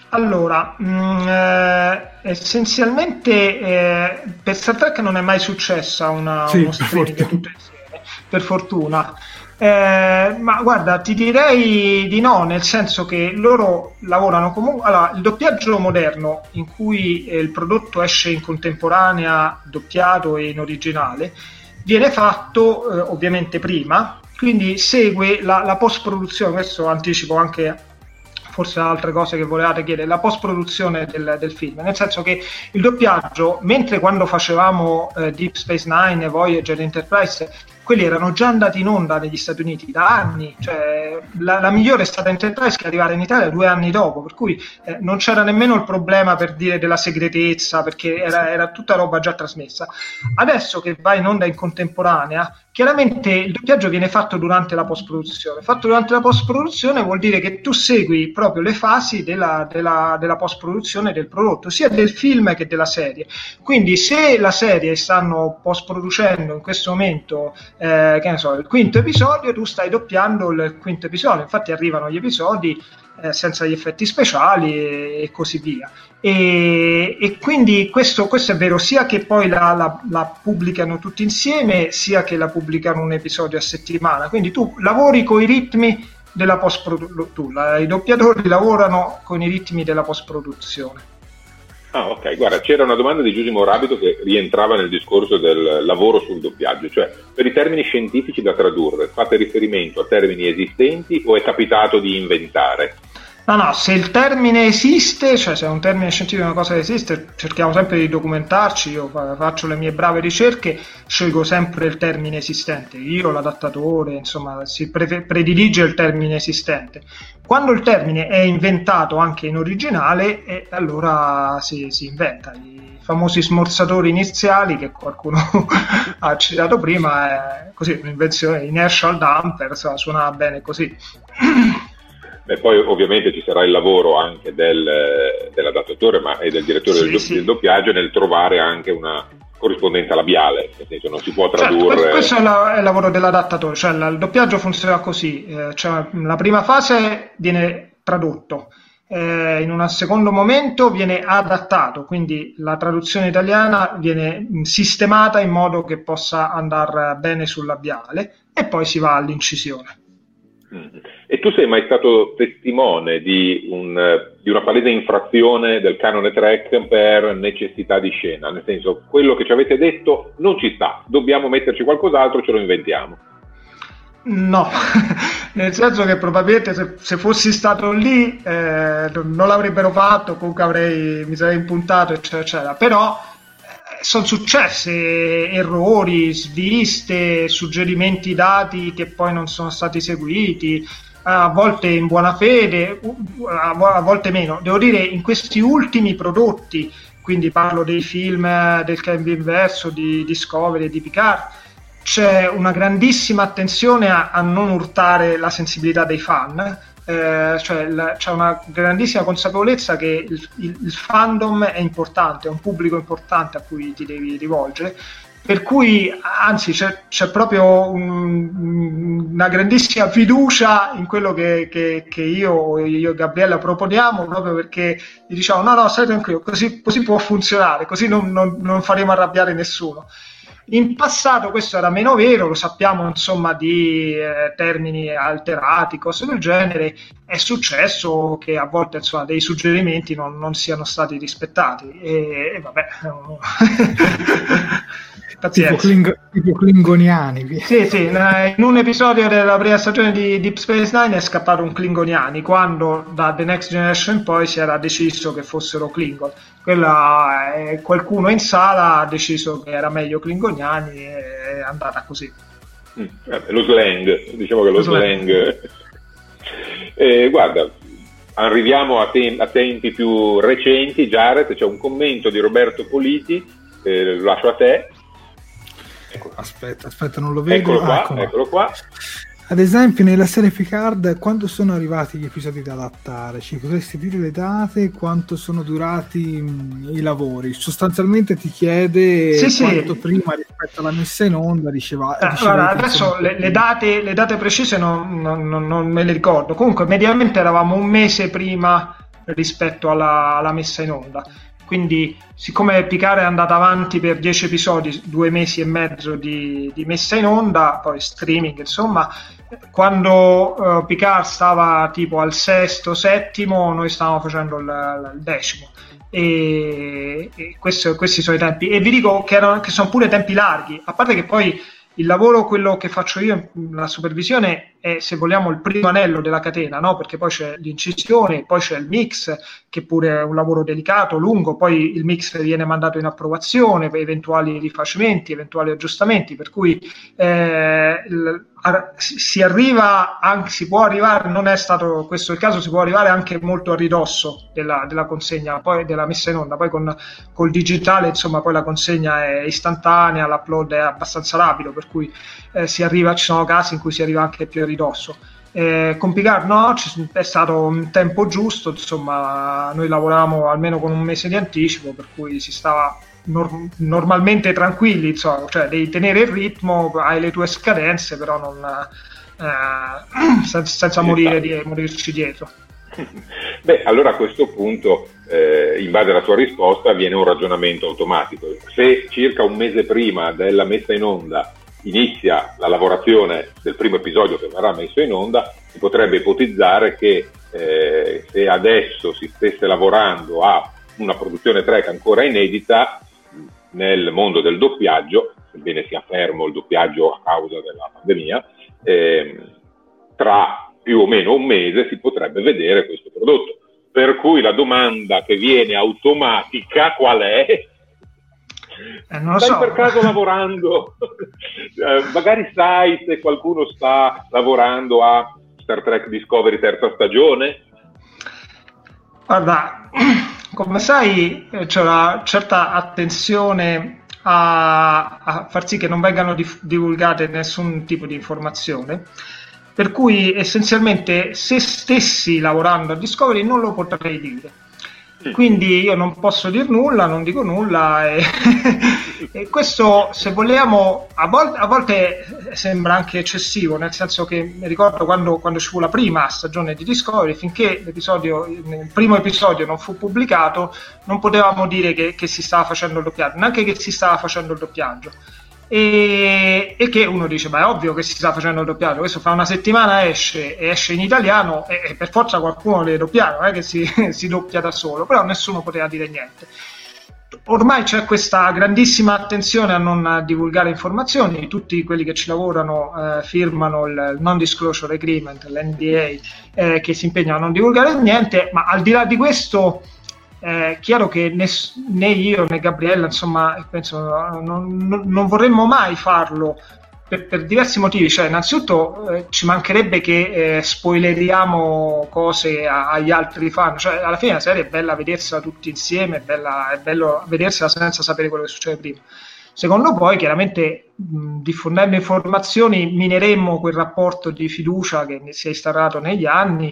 Allora, mh, eh, essenzialmente eh, per Star Trek non è mai successa una, sì, uno streaming tutto insieme, per fortuna. Eh, ma guarda, ti direi di no, nel senso che loro lavorano comunque. Allora, il doppiaggio moderno, in cui eh, il prodotto esce in contemporanea, doppiato e in originale, viene fatto eh, ovviamente prima, quindi segue la, la post-produzione. Questo anticipo anche forse altre cose che volevate chiedere, la post-produzione del, del film, nel senso che il doppiaggio, mentre quando facevamo eh, Deep Space Nine, Voyager, Enterprise, quelli erano già andati in onda negli Stati Uniti da anni, cioè la, la migliore è stata Enterprise, che arrivava in Italia due anni dopo, per cui eh, non c'era nemmeno il problema, per dire, della segretezza, perché era, era tutta roba già trasmessa. Adesso che va in onda in contemporanea, chiaramente il doppiaggio viene fatto durante la post-produzione. Fatto durante la post-produzione vuol dire che tu segui proprio le fasi della, della, della post-produzione del prodotto, sia del film che della serie. Quindi se la serie stanno post-producendo in questo momento eh, che ne so, il quinto episodio, tu stai doppiando il quinto episodio, infatti arrivano gli episodi eh, senza gli effetti speciali e, e così via. E, e quindi questo, questo è vero sia che poi la, la, la pubblicano tutti insieme, sia che la pubblicano un episodio a settimana, quindi tu lavori con i ritmi della post-produzione, i doppiatori lavorano con i ritmi della post-produzione. Ah, ok, guarda, c'era una domanda di Giusimo Rabido che rientrava nel discorso del lavoro sul doppiaggio, cioè per i termini scientifici da tradurre, fate riferimento a termini esistenti o è capitato di inventare? No, no, se il termine esiste, cioè se è un termine scientifico, una cosa che esiste, cerchiamo sempre di documentarci. Io faccio le mie brave ricerche, scelgo sempre il termine esistente. Io, l'adattatore, insomma, si pre- predilige il termine esistente. Quando il termine è inventato anche in originale, eh, allora si, si inventa. I famosi smorzatori iniziali che qualcuno ha citato prima, è così, un'invenzione, inertial damper, insomma, suona bene così. E poi ovviamente ci sarà il lavoro anche del, dell'adattatore ma, e del direttore sì, del, do, sì. del doppiaggio nel trovare anche una corrispondenza labiale, nel senso non si può tradurre. Certo, questo è, la, è il lavoro dell'adattatore, cioè il doppiaggio funziona così, eh, cioè la prima fase viene tradotto, eh, in un secondo momento viene adattato, quindi la traduzione italiana viene sistemata in modo che possa andare bene sul labiale e poi si va all'incisione. E tu sei mai stato testimone di, un, di una palese infrazione del canone Trek per necessità di scena? Nel senso, quello che ci avete detto non ci sta, dobbiamo metterci qualcos'altro, ce lo inventiamo. No, nel senso che probabilmente se, se fossi stato lì eh, non l'avrebbero fatto, comunque avrei, mi sarei impuntato, eccetera, eccetera. Però sono successe errori, sviste, suggerimenti dati che poi non sono stati seguiti, a volte in buona fede, a volte meno. Devo dire, in questi ultimi prodotti, quindi parlo dei film del cambio inverso, di Discovery e di Picard, c'è una grandissima attenzione a, a non urtare la sensibilità dei fan. Eh, cioè la, c'è una grandissima consapevolezza che il, il, il fandom è importante, è un pubblico importante a cui ti devi rivolgere, per cui anzi c'è, c'è proprio un, una grandissima fiducia in quello che, che, che io, io e Gabriella proponiamo, proprio perché gli diciamo no no stai tranquillo, così, così può funzionare, così non, non, non faremo arrabbiare nessuno. In passato questo era meno vero, lo sappiamo, insomma, di eh, termini alterati, cose del genere. È successo che a volte, insomma, dei suggerimenti non, non siano stati rispettati e, e vabbè. tipo, Kling- tipo klingoniani. Sì, sì, in un episodio della prima stagione di Deep Space Nine è scappato un klingoniani, quando da The Next Generation in poi si era deciso che fossero Klingon. Quella, eh, qualcuno in sala ha deciso che era meglio klingoniani e è andata così. Mm, eh, lo slang, diciamo che lo, lo slang... slang. Eh, guarda, arriviamo a, te- a tempi più recenti. Jared, c'è un commento di Roberto Politi, eh, lo lascio a te. Ecco. Aspetta, aspetta, non lo vedo. Eccolo qua, ah, ecco. eccolo qua. Ad esempio, nella serie Picard, quando sono arrivati gli episodi da adattare? Ci potresti dire le date, quanto sono durati mh, i lavori? Sostanzialmente ti chiede sì, quanto sì. prima rispetto alla messa in onda diceva. Eh, allora, adesso le, le, date, le date precise non, non, non, non me le ricordo. Comunque, mediamente eravamo un mese prima rispetto alla, alla messa in onda. Quindi, siccome Picard è andata avanti per dieci episodi, due mesi e mezzo di, di messa in onda, poi streaming, insomma, quando uh, Picard stava tipo al sesto, settimo, noi stavamo facendo il, il decimo. E, e questo, questi sono i tempi. E vi dico che, erano, che sono pure tempi larghi, a parte che poi il lavoro, quello che faccio io, la supervisione, è, se vogliamo, il primo anello della catena, no? Perché poi c'è l'incisione, poi c'è il mix, che pure è un lavoro delicato, lungo, poi il mix viene mandato in approvazione per eventuali rifacimenti, eventuali aggiustamenti, per cui eh, il, a, si arriva, anche, si può arrivare, non è stato questo il caso, si può arrivare anche molto a ridosso della, della consegna, poi della messa in onda, poi con col digitale, insomma, poi la consegna è istantanea, l'upload è abbastanza rapido, per cui eh, si arriva, ci sono casi in cui si arriva anche più a ridosso. Eh, con Picard no, è stato un tempo giusto, insomma, noi lavoravamo almeno con un mese di anticipo, per cui si stava nor- normalmente tranquilli, insomma, cioè devi tenere il ritmo, hai le tue scadenze, però non eh, senza, senza morire di, morirci dietro. Beh, allora a questo punto, eh, in base alla tua risposta, viene un ragionamento automatico. Se circa un mese prima della messa in onda inizia la lavorazione del primo episodio che verrà messo in onda, si potrebbe ipotizzare che eh, se adesso si stesse lavorando a una produzione Trek ancora inedita, nel mondo del doppiaggio, sebbene sia fermo il doppiaggio a causa della pandemia, eh, tra più o meno un mese si potrebbe vedere questo prodotto. Per cui la domanda che viene automatica qual è? Eh, non lo Stai so. per caso lavorando? eh, magari sai se qualcuno sta lavorando a Star Trek Discovery terza stagione? Guarda, come sai c'è una certa attenzione a, a far sì che non vengano dif- divulgate nessun tipo di informazione, per cui essenzialmente se stessi lavorando a Discovery non lo potrei dire. Quindi io non posso dire nulla, non dico nulla e, e questo, se vogliamo, a volte, a volte sembra anche eccessivo, nel senso che mi ricordo quando, quando ci fu la prima stagione di Discovery, finché l'episodio, il primo episodio non fu pubblicato, non potevamo dire che, che si stava facendo il doppiaggio, neanche che si stava facendo il doppiaggio. E, e che uno dice, ma è ovvio che si sta facendo il doppiaggio, questo fra una settimana esce e esce in italiano e, e per forza qualcuno deve doppiare, non è che si, si doppia da solo, però nessuno poteva dire niente. Ormai c'è questa grandissima attenzione a non divulgare informazioni, tutti quelli che ci lavorano eh, firmano il non disclosure agreement, l'N D A, eh, che si impegnano a non divulgare niente, ma al di là di questo è chiaro che né, né io né Gabriella, insomma, penso non, non, non vorremmo mai farlo per, per diversi motivi. Cioè, innanzitutto eh, ci mancherebbe che eh, spoileriamo cose a, agli altri fan, cioè alla fine la serie è bella vedersela tutti insieme, è, bella, è bello vedersela senza sapere quello che succede prima. Secondo, poi chiaramente mh, diffondendo informazioni mineremmo quel rapporto di fiducia che si è instaurato negli anni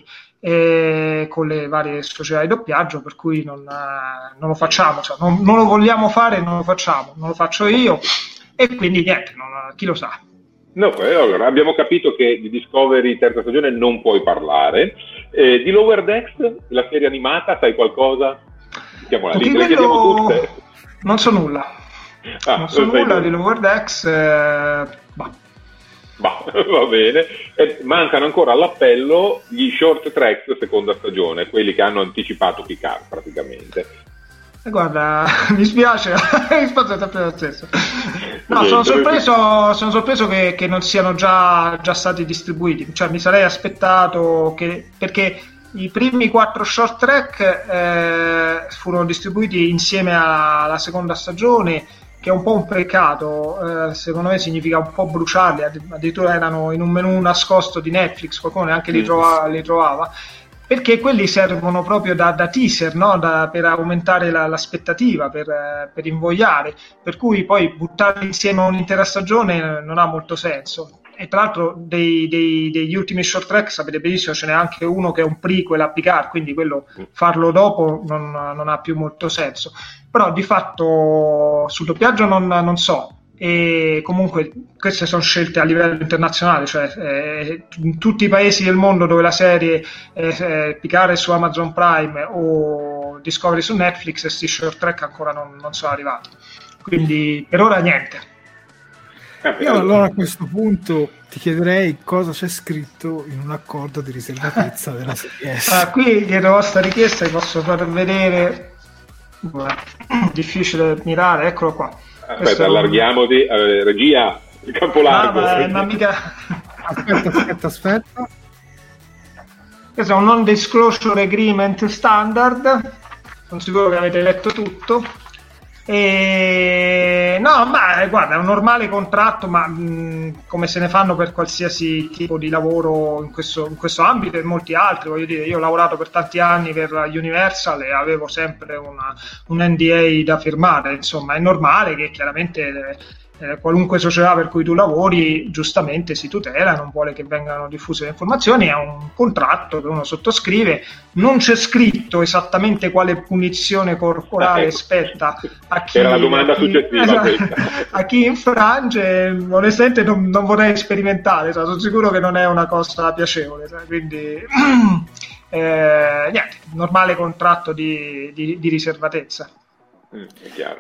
e con le varie società di doppiaggio, per cui non, eh, non lo facciamo, cioè, non, non lo vogliamo fare, non lo facciamo, non lo faccio io e quindi niente, non, chi lo sa. No, eh, allora abbiamo capito che di Discovery terza stagione non puoi parlare, eh, di Lower Decks, la serie animata, sai qualcosa? Mettiamola lì, le chiediamo tutte. Non so nulla, ah, non so nulla di Lower Decks, eh, bah. Bah, va bene. E mancano ancora all'appello gli short tracks seconda stagione, quelli che hanno anticipato Picard praticamente. Eh, guarda, mi spiace, la risposta è sempre la stessa. No, sono sorpreso, sono sorpreso che, che non siano già, già stati distribuiti, cioè mi sarei aspettato che, perché i primi quattro short track eh, furono distribuiti insieme alla seconda stagione, che è un po' un peccato, eh, secondo me significa un po' bruciarli, addirittura erano in un menu nascosto di Netflix, qualcuno neanche li, trova, li trovava, perché quelli servono proprio da, da teaser, no? da, per aumentare la, l'aspettativa, per, eh, per invogliare, per cui poi buttarli insieme a un'intera stagione non ha molto senso. E tra l'altro dei, dei, degli ultimi short track sapete benissimo ce n'è anche uno che è un prequel a Picard, quindi quello farlo dopo non, non ha più molto senso. Però di fatto sul doppiaggio non, non so, e comunque queste sono scelte a livello internazionale, cioè eh, in tutti i paesi del mondo dove la serie eh, eh, Picard è su Amazon Prime o Discovery su Netflix, e sti short track ancora non, non sono arrivati, quindi per ora niente. Io allora a questo punto ti chiederei cosa c'è scritto in un accordo di riservatezza della serie S. Ah, qui dietro la vostra richiesta vi posso far vedere, beh, difficile mirare, eccolo qua. Aspetta, Questo allarghiamoti, un... eh, regia, il campo largo. Ah, ma, ma mica... aspetta, aspetta, aspetta. Questo è un non disclosure agreement standard, sono sicuro che avete letto tutto. E... no, ma guarda, è un normale contratto, ma mh, come se ne fanno per qualsiasi tipo di lavoro in questo, in questo ambito e in molti altri. Voglio dire, io ho lavorato per tanti anni per Universal e avevo sempre una, un N D A da firmare, insomma è normale che chiaramente eh, qualunque società per cui tu lavori giustamente si tutela, non vuole che vengano diffuse le informazioni, è un contratto che uno sottoscrive, non c'è scritto esattamente quale punizione corporale ah, ecco. spetta a chi, era la domanda a chi, successiva a chi infrange. Onestamente non, non vorrei sperimentare, cioè, sono sicuro che non è una cosa piacevole, cioè, quindi eh, niente, normale contratto di, di, di riservatezza. Mm, è chiaro.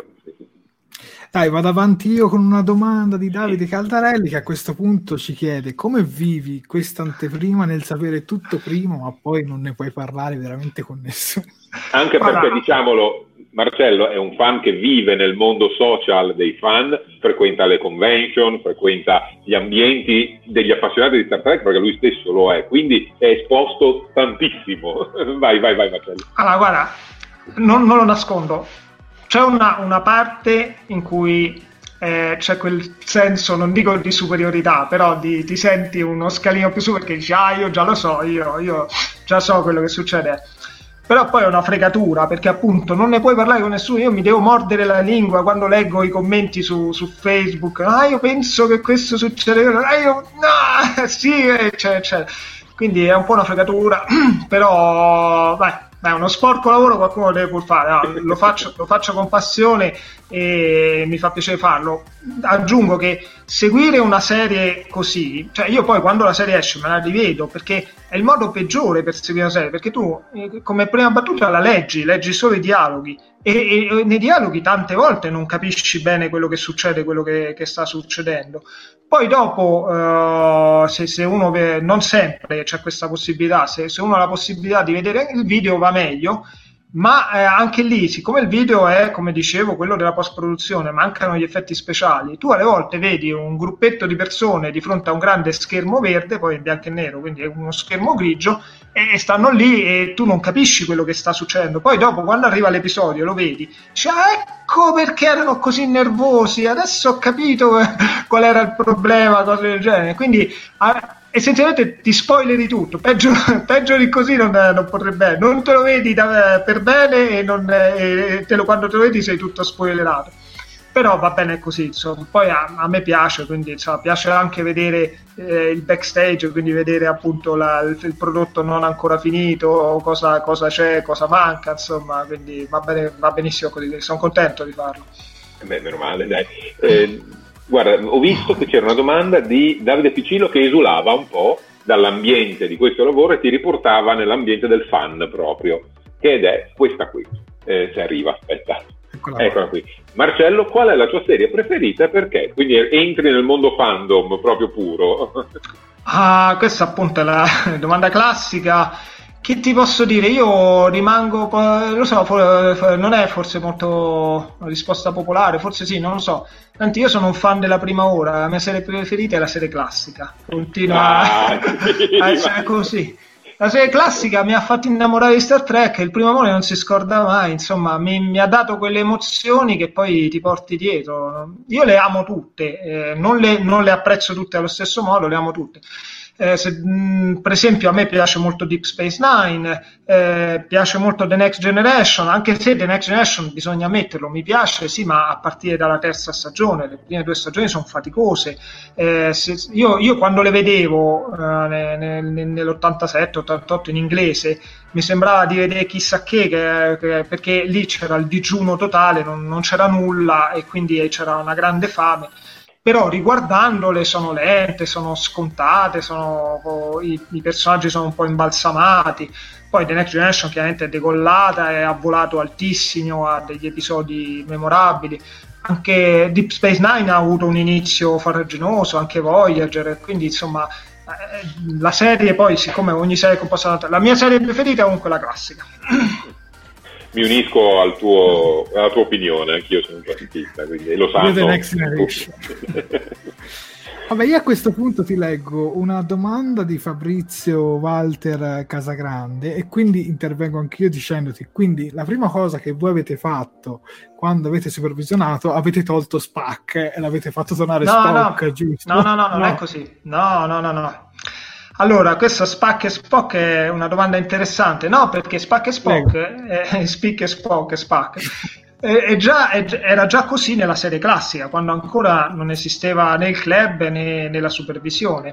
Dai, vado avanti io con una domanda di Davide Caldarelli, che a questo punto ci chiede: come vivi questa anteprima nel sapere tutto prima, ma poi non ne puoi parlare veramente con nessuno? Anche perché, allora, diciamolo, Marcello è un fan che vive nel mondo social dei fan, frequenta le convention, frequenta gli ambienti degli appassionati di Star Trek, perché lui stesso lo è, quindi è esposto tantissimo. vai, vai, vai Marcello. Allora, guarda, non, non lo nascondo. C'è una, una parte in cui eh, c'è quel senso, non dico di superiorità, però di, ti senti uno scalino più su perché dici, ah, io già lo so, io, io già so quello che succede. Però poi è una fregatura, perché appunto non ne puoi parlare con nessuno. Io mi devo mordere la lingua quando leggo i commenti su, su Facebook. Ah, io penso che questo succede. Ah, io, no, sì, eccetera, eccetera. Quindi è un po' una fregatura, però, vai. È uno sporco lavoro, qualcuno lo deve pur fare. No, lo, faccio, lo faccio con passione e mi fa piacere farlo. Aggiungo che seguire una serie così, cioè io poi quando la serie esce me la rivedo, perché è il modo peggiore per seguire una serie, perché tu eh, come prima battuta la leggi, leggi solo i dialoghi e, e, e nei dialoghi tante volte non capisci bene quello che succede, quello che, che sta succedendo. Poi dopo, uh, se, se uno ve, non sempre c'è questa possibilità, se, se uno ha la possibilità di vedere il video va meglio, ma eh, anche lì, siccome il video è, come dicevo, quello della post-produzione, mancano gli effetti speciali, tu alle volte vedi un gruppetto di persone di fronte a un grande schermo verde, poi in bianco e nero, quindi è uno schermo grigio, e, e stanno lì e tu non capisci quello che sta succedendo. Poi dopo, quando arriva l'episodio, lo vedi, dici, ah, ecco perché erano così nervosi, adesso ho capito qual era il problema, cose del genere. Quindi ah, essenzialmente ti spoileri tutto, peggio, peggio di così non, non potrebbe, non te lo vedi da, per bene e, non, e te lo, quando te lo vedi sei tutto spoilerato. Però va bene così, insomma. Poi a, a me piace, quindi insomma, piace anche vedere eh, il backstage, quindi vedere appunto la, il, il prodotto non ancora finito, cosa, cosa c'è, cosa manca, insomma, quindi va bene, va benissimo così, sono contento di farlo. Beh, meno male, dai. Eh, guarda, ho visto che c'era una domanda di Davide Piccillo che esulava un po' dall'ambiente di questo lavoro e ti riportava nell'ambiente del fan proprio, che ed è questa qui. Eh, se arriva, aspetta. Eccola, Eccola qui. Marcello, qual è la tua serie preferita e perché? Quindi entri nel mondo fandom proprio puro. Ah, questa appunto è la domanda classica. Che ti posso dire? Io rimango, lo so, non è forse molto una risposta popolare, forse sì, non lo so. Tanti io sono un fan della prima ora, la mia serie preferita è la serie classica. Continua ah, a essere così. La serie classica mi ha fatto innamorare di Star Trek, il primo amore non si scorda mai, insomma, mi, mi ha dato quelle emozioni che poi ti porti dietro. Io le amo tutte, eh, non, le, non le apprezzo tutte allo stesso modo, le amo tutte. Eh, se, mh, per esempio a me piace molto Deep Space Nine, eh, piace molto The Next Generation, anche se The Next Generation bisogna ammetterlo, mi piace sì, ma a partire dalla terza stagione, le prime due stagioni sono faticose. Eh, se, io, io quando le vedevo eh, nel, nel, nell'ottantasette ottantotto in inglese mi sembrava di vedere chissà che, che, che perché lì c'era il digiuno totale, non, non c'era nulla e quindi c'era una grande fame. Però riguardandole sono lente, sono scontate, sono, i, i personaggi sono un po' imbalsamati. Poi The Next Generation chiaramente è decollata e ha volato altissimo, ha degli episodi memorabili. Anche Deep Space Nine ha avuto un inizio farraginoso, anche Voyager, quindi insomma la serie poi, siccome ogni serie è composta da... La mia serie preferita è comunque la classica. Mi unisco al tuo, alla tua opinione, anch'io sono un classicista, quindi lo sanno. The Next Generation. Vabbè, io a questo punto ti leggo una domanda di Fabrizio Walter Casagrande e quindi intervengo anch'io dicendoti, quindi la prima cosa che voi avete fatto quando avete supervisionato, avete tolto Spock e l'avete fatto tornare no, Spock, no. giusto? No, no, no, non no. è così. No, no, no, no. Allora, questo Spock e Spock è una domanda interessante, no? Perché Spock e Spock, eh, Speak e Spock e Spock, è, è già, è, era già così nella serie classica, quando ancora non esisteva né il club né, né la supervisione.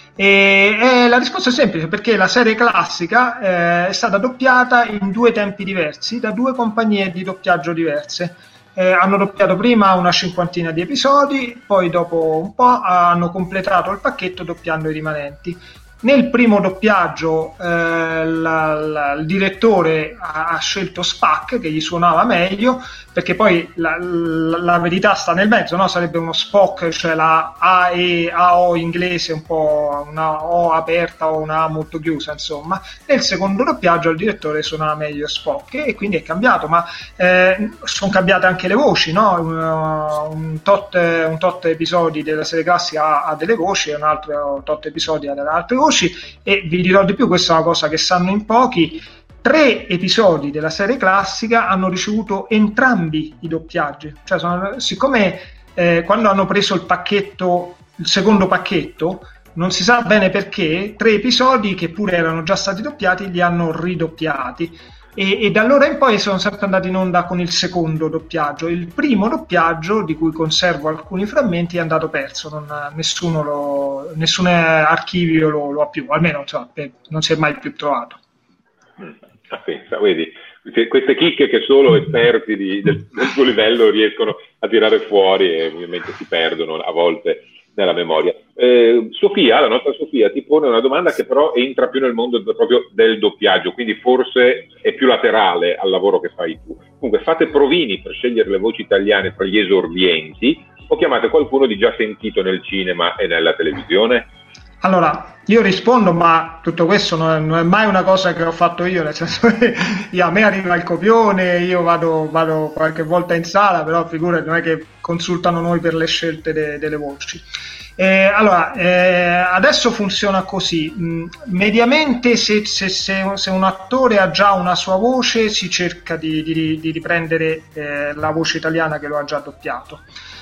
E, e la risposta è semplice, perché la serie classica eh, è stata doppiata in due tempi diversi, da due compagnie di doppiaggio diverse. Eh, hanno doppiato prima una cinquantina di episodi, poi dopo un po' hanno completato il pacchetto doppiando i rimanenti. Nel primo doppiaggio eh, la, la, il direttore ha, ha scelto Spock, che gli suonava meglio, perché poi la, la, la verità sta nel mezzo, no? Sarebbe uno Spock, cioè la A E A O inglese, un po' una O aperta o una A molto chiusa, insomma. Nel secondo doppiaggio il direttore suonava meglio Spock e quindi è cambiato, ma eh, sono cambiate anche le voci, no? Un, un, tot, un tot episodi della serie classica ha, ha delle voci e un altro tot episodi ha delle altre voci. E vi dirò di più, questa è una cosa che sanno in pochi: tre episodi della serie classica hanno ricevuto entrambi i doppiaggi, cioè sono, siccome eh, quando hanno preso il pacchetto, il secondo pacchetto, non si sa bene perché, tre episodi che pure erano già stati doppiati li hanno ridoppiati e, e da allora in poi sono sempre andati in onda con il secondo doppiaggio. Il primo doppiaggio, di cui conservo alcuni frammenti, è andato perso, non, nessuno lo, nessun archivio lo, lo ha più, almeno insomma, non si è mai più trovato. Ah, pensa, vedi, queste chicche che solo esperti di, del, del tuo livello riescono a tirare fuori e ovviamente si perdono a volte nella memoria. Eh, Sofia, la nostra Sofia, ti pone una domanda che però entra più nel mondo proprio del doppiaggio, quindi forse è più laterale al lavoro che fai tu. Comunque, fate provini per scegliere le voci italiane fra gli esordienti o chiamate qualcuno di già sentito nel cinema e nella televisione? Allora, io rispondo, ma tutto questo non è, non è mai una cosa che ho fatto io, nel senso che io, a me arriva il copione, io vado, vado qualche volta in sala, però figurati, non è che consultano noi per le scelte de, delle voci. Eh, allora, eh, adesso funziona così: mm, mediamente se, se, se, se un attore ha già una sua voce, si cerca di, di, di riprendere eh, la voce italiana che lo ha già doppiato.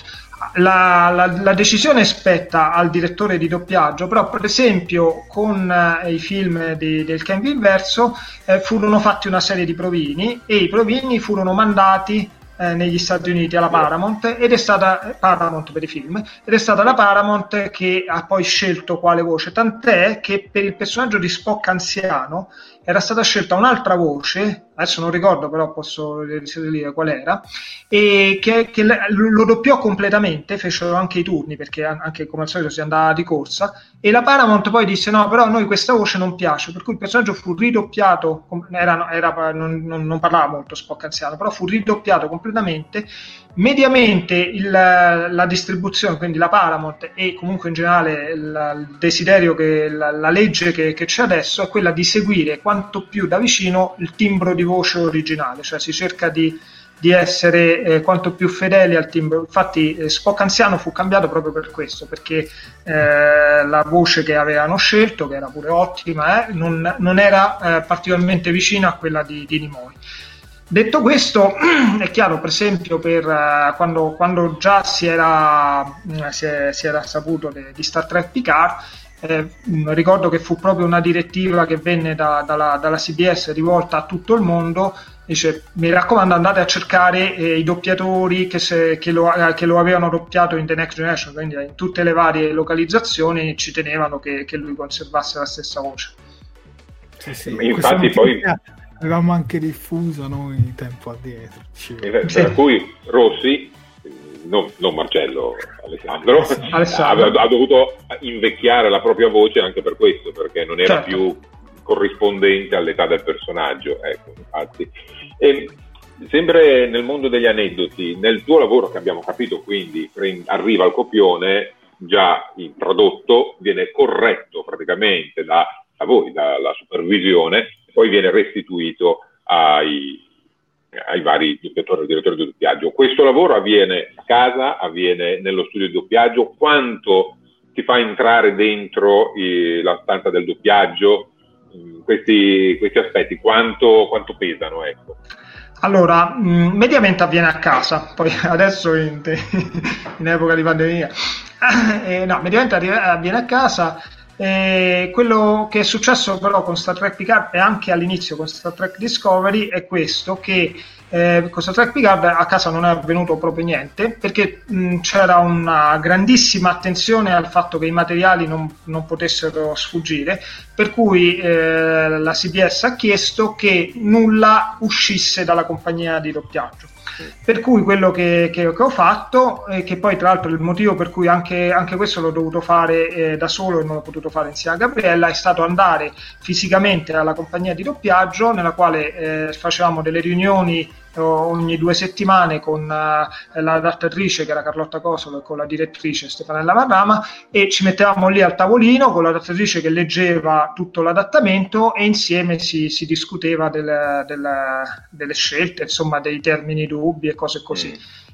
La, la, la decisione spetta al direttore di doppiaggio, però per esempio con eh, i film di, del Cambio Inverso eh, furono fatti una serie di provini e i provini furono mandati eh, negli Stati Uniti alla Paramount ed è stata Paramount per i film ed è stata la Paramount che ha poi scelto quale voce, tant'è che per il personaggio di Spock anziano era stata scelta un'altra voce, adesso non ricordo, però posso dire qual era, e che, che lo doppiò completamente, fecero anche i turni perché anche come al solito si andava di corsa, e la Paramount poi disse no, però a noi questa voce non piace, per cui il personaggio fu ridoppiato, era, era, non, non, non parlava molto Spock anziano, però fu ridoppiato completamente. Mediamente il, la distribuzione, quindi la Paramount e comunque in generale il, il desiderio, che la, la legge che, che c'è adesso è quella di seguire quanto più da vicino il timbro di voce originale, cioè si cerca di, di essere eh, quanto più fedeli al timbro. Infatti eh, Spock anziano fu cambiato proprio per questo, perché eh, la voce che avevano scelto, che era pure ottima, eh, non, non era eh, particolarmente vicina a quella di, di Nimoy. Detto questo, è chiaro, per esempio, per uh, quando, quando già si era, uh, si, è, si era saputo de, di Star Trek Picard, eh, ricordo che fu proprio una direttiva che venne da, dalla, dalla C B S rivolta a tutto il mondo. Dice: mi raccomando, andate a cercare eh, i doppiatori che, se, che, lo, eh, che lo avevano doppiato in The Next Generation, quindi in tutte le varie localizzazioni ci tenevano che, che lui conservasse la stessa voce. Sì, sì. Infatti poi avevamo anche diffuso noi tempo addietro. Sì. Per sì. cui Rossi, non, non Marcello, Alessandro, Alessandro. Ha, ha dovuto invecchiare la propria voce anche per questo, perché non era certo. più corrispondente all'età del personaggio, ecco, infatti. E sempre nel mondo degli aneddoti, nel tuo lavoro, che abbiamo capito, quindi arriva al copione già il prodotto, viene corretto praticamente da, da voi, dalla supervisione, e poi viene restituito ai, ai vari doppiatori e direttori di doppiaggio. Questo lavoro avviene a casa, avviene nello studio di doppiaggio. Quanto ti fa entrare dentro eh, la stanza del doppiaggio? Questi, questi aspetti quanto, quanto pesano, ecco? Allora, mh, mediamente avviene a casa, poi adesso in, te, in epoca di pandemia eh, no, mediamente avviene a casa. Eh, quello che è successo però con Star Trek Picard e anche all'inizio con Star Trek Discovery è questo, che eh, con Star Trek Picard a casa non è avvenuto proprio niente, perché mh, c'era una grandissima attenzione al fatto che i materiali non, non potessero sfuggire, per cui eh, la C B S ha chiesto che nulla uscisse dalla compagnia di doppiaggio. Per cui quello che, che, che ho fatto, e che poi tra l'altro il motivo per cui anche, anche questo l'ho dovuto fare eh, da solo e non l'ho potuto fare insieme a Gabriella, è stato andare fisicamente alla compagnia di doppiaggio, nella quale eh, facevamo delle riunioni ogni due settimane con uh, l'adattatrice, che era Carlotta Cosolo, e con la direttrice Stefanella Marrama, e ci mettevamo lì al tavolino con l'adattatrice che leggeva tutto l'adattamento e insieme si, si discuteva del, del, delle scelte, insomma dei termini dubbi e cose così. Mm.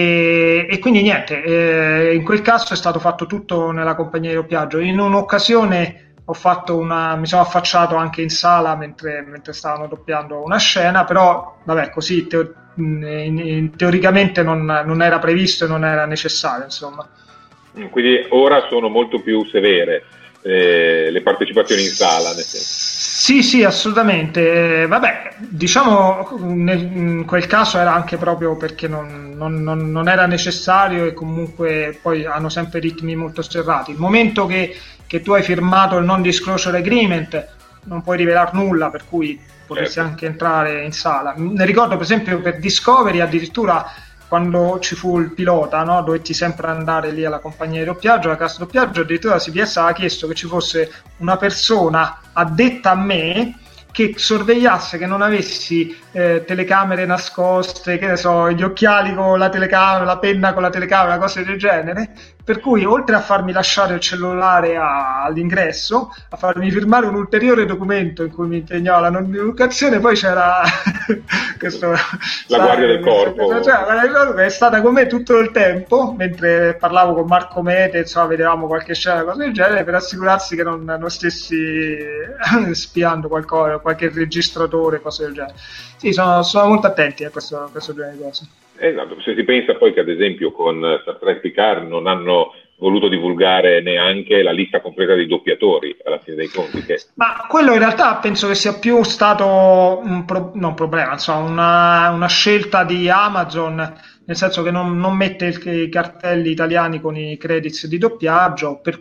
E, e quindi niente, eh, in quel caso è stato fatto tutto nella compagnia di doppiaggio. In un'occasione ho fatto una, mi sono affacciato anche in sala mentre, mentre stavano doppiando una scena, però vabbè, così teo, in, in, teoricamente non, non era previsto e non era necessario, insomma. Quindi ora sono molto più severe eh, le partecipazioni in sala, nel senso. Sì, sì, assolutamente. Eh, vabbè, diciamo nel, in quel caso era anche proprio perché non, non, non, non era necessario, e comunque poi hanno sempre ritmi molto serrati. Il momento che che tu hai firmato il non disclosure agreement non puoi rivelare nulla, per cui potresti certo. anche entrare in sala. Ne ricordo per esempio per Discovery, addirittura quando ci fu il pilota, no, dovetti sempre andare lì alla compagnia di doppiaggio, alla cassa di doppiaggio, addirittura la C B S aveva chiesto che ci fosse una persona addetta a me che sorvegliasse che non avessi eh, telecamere nascoste, che ne so, gli occhiali con la telecamera, la penna con la telecamera, cose del genere, per cui oltre a farmi lasciare il cellulare a, all'ingresso, a farmi firmare un ulteriore documento in cui mi impegnava la non divulgazione, poi c'era questo, la sai, guardia del corpo, cioè, è stata con me tutto il tempo mentre parlavo con Marco Mete, insomma, vedevamo qualche scena, cose del genere, per assicurarsi che non, non stessi spiando qualcosa, qualche registratore, cose del genere. Sì, sono, sono molto attenti a questo, a questo genere di cose. Esatto, se si pensa poi che ad esempio con Star Trek Picard non hanno voluto divulgare neanche la lista completa dei doppiatori alla fine dei conti. Che... Ma quello in realtà penso che sia più stato un pro... non problema, insomma, una, una scelta di Amazon, nel senso che non, non mette il, i cartelli italiani con i credits di doppiaggio, per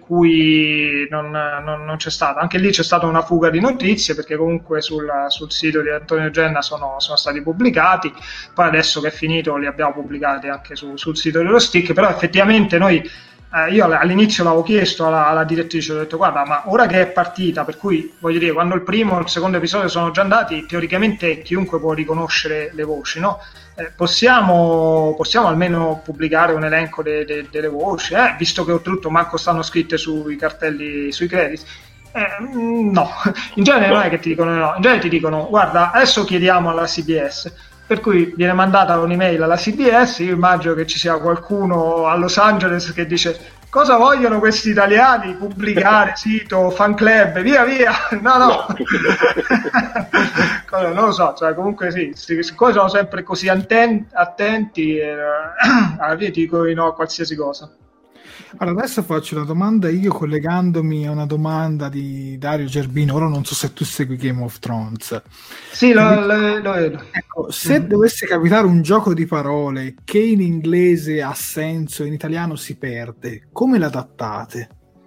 cui non, non, non c'è stata. Anche lì c'è stata una fuga di notizie, perché comunque sul, sul sito di Antonio Genna sono, sono stati pubblicati, poi adesso che è finito li abbiamo pubblicati anche su, sul sito dello Stick, però effettivamente noi Eh, io all'inizio l'avevo chiesto alla, alla direttrice, ho detto guarda, ma ora che è partita, per cui voglio dire, quando il primo e il secondo episodio sono già andati, teoricamente chiunque può riconoscere le voci, no? Eh, possiamo, possiamo almeno pubblicare un elenco de, de, delle voci, eh? Visto che oltretutto manco stanno scritte sui cartelli, sui credit. Eh, no, in genere non è che ti dicono no, in genere ti dicono guarda, adesso chiediamo alla C B S. Per cui viene mandata un'email alla C B S, io immagino che ci sia qualcuno a Los Angeles che dice cosa vogliono questi italiani, pubblicare sito, fan club, via via, no no, no. Non lo so, cioè, comunque sì, siccome sono sempre così atten- attenti, eh, alla fine ti dico di no a qualsiasi cosa. Allora, adesso faccio una domanda io collegandomi a una domanda di Dario Gerbino. Ora non so se tu segui Game of Thrones. Sì, lo, lo, lo vedo. Ecco, se mm. dovesse capitare un gioco di parole che in inglese ha senso, in italiano si perde, come l'adattate?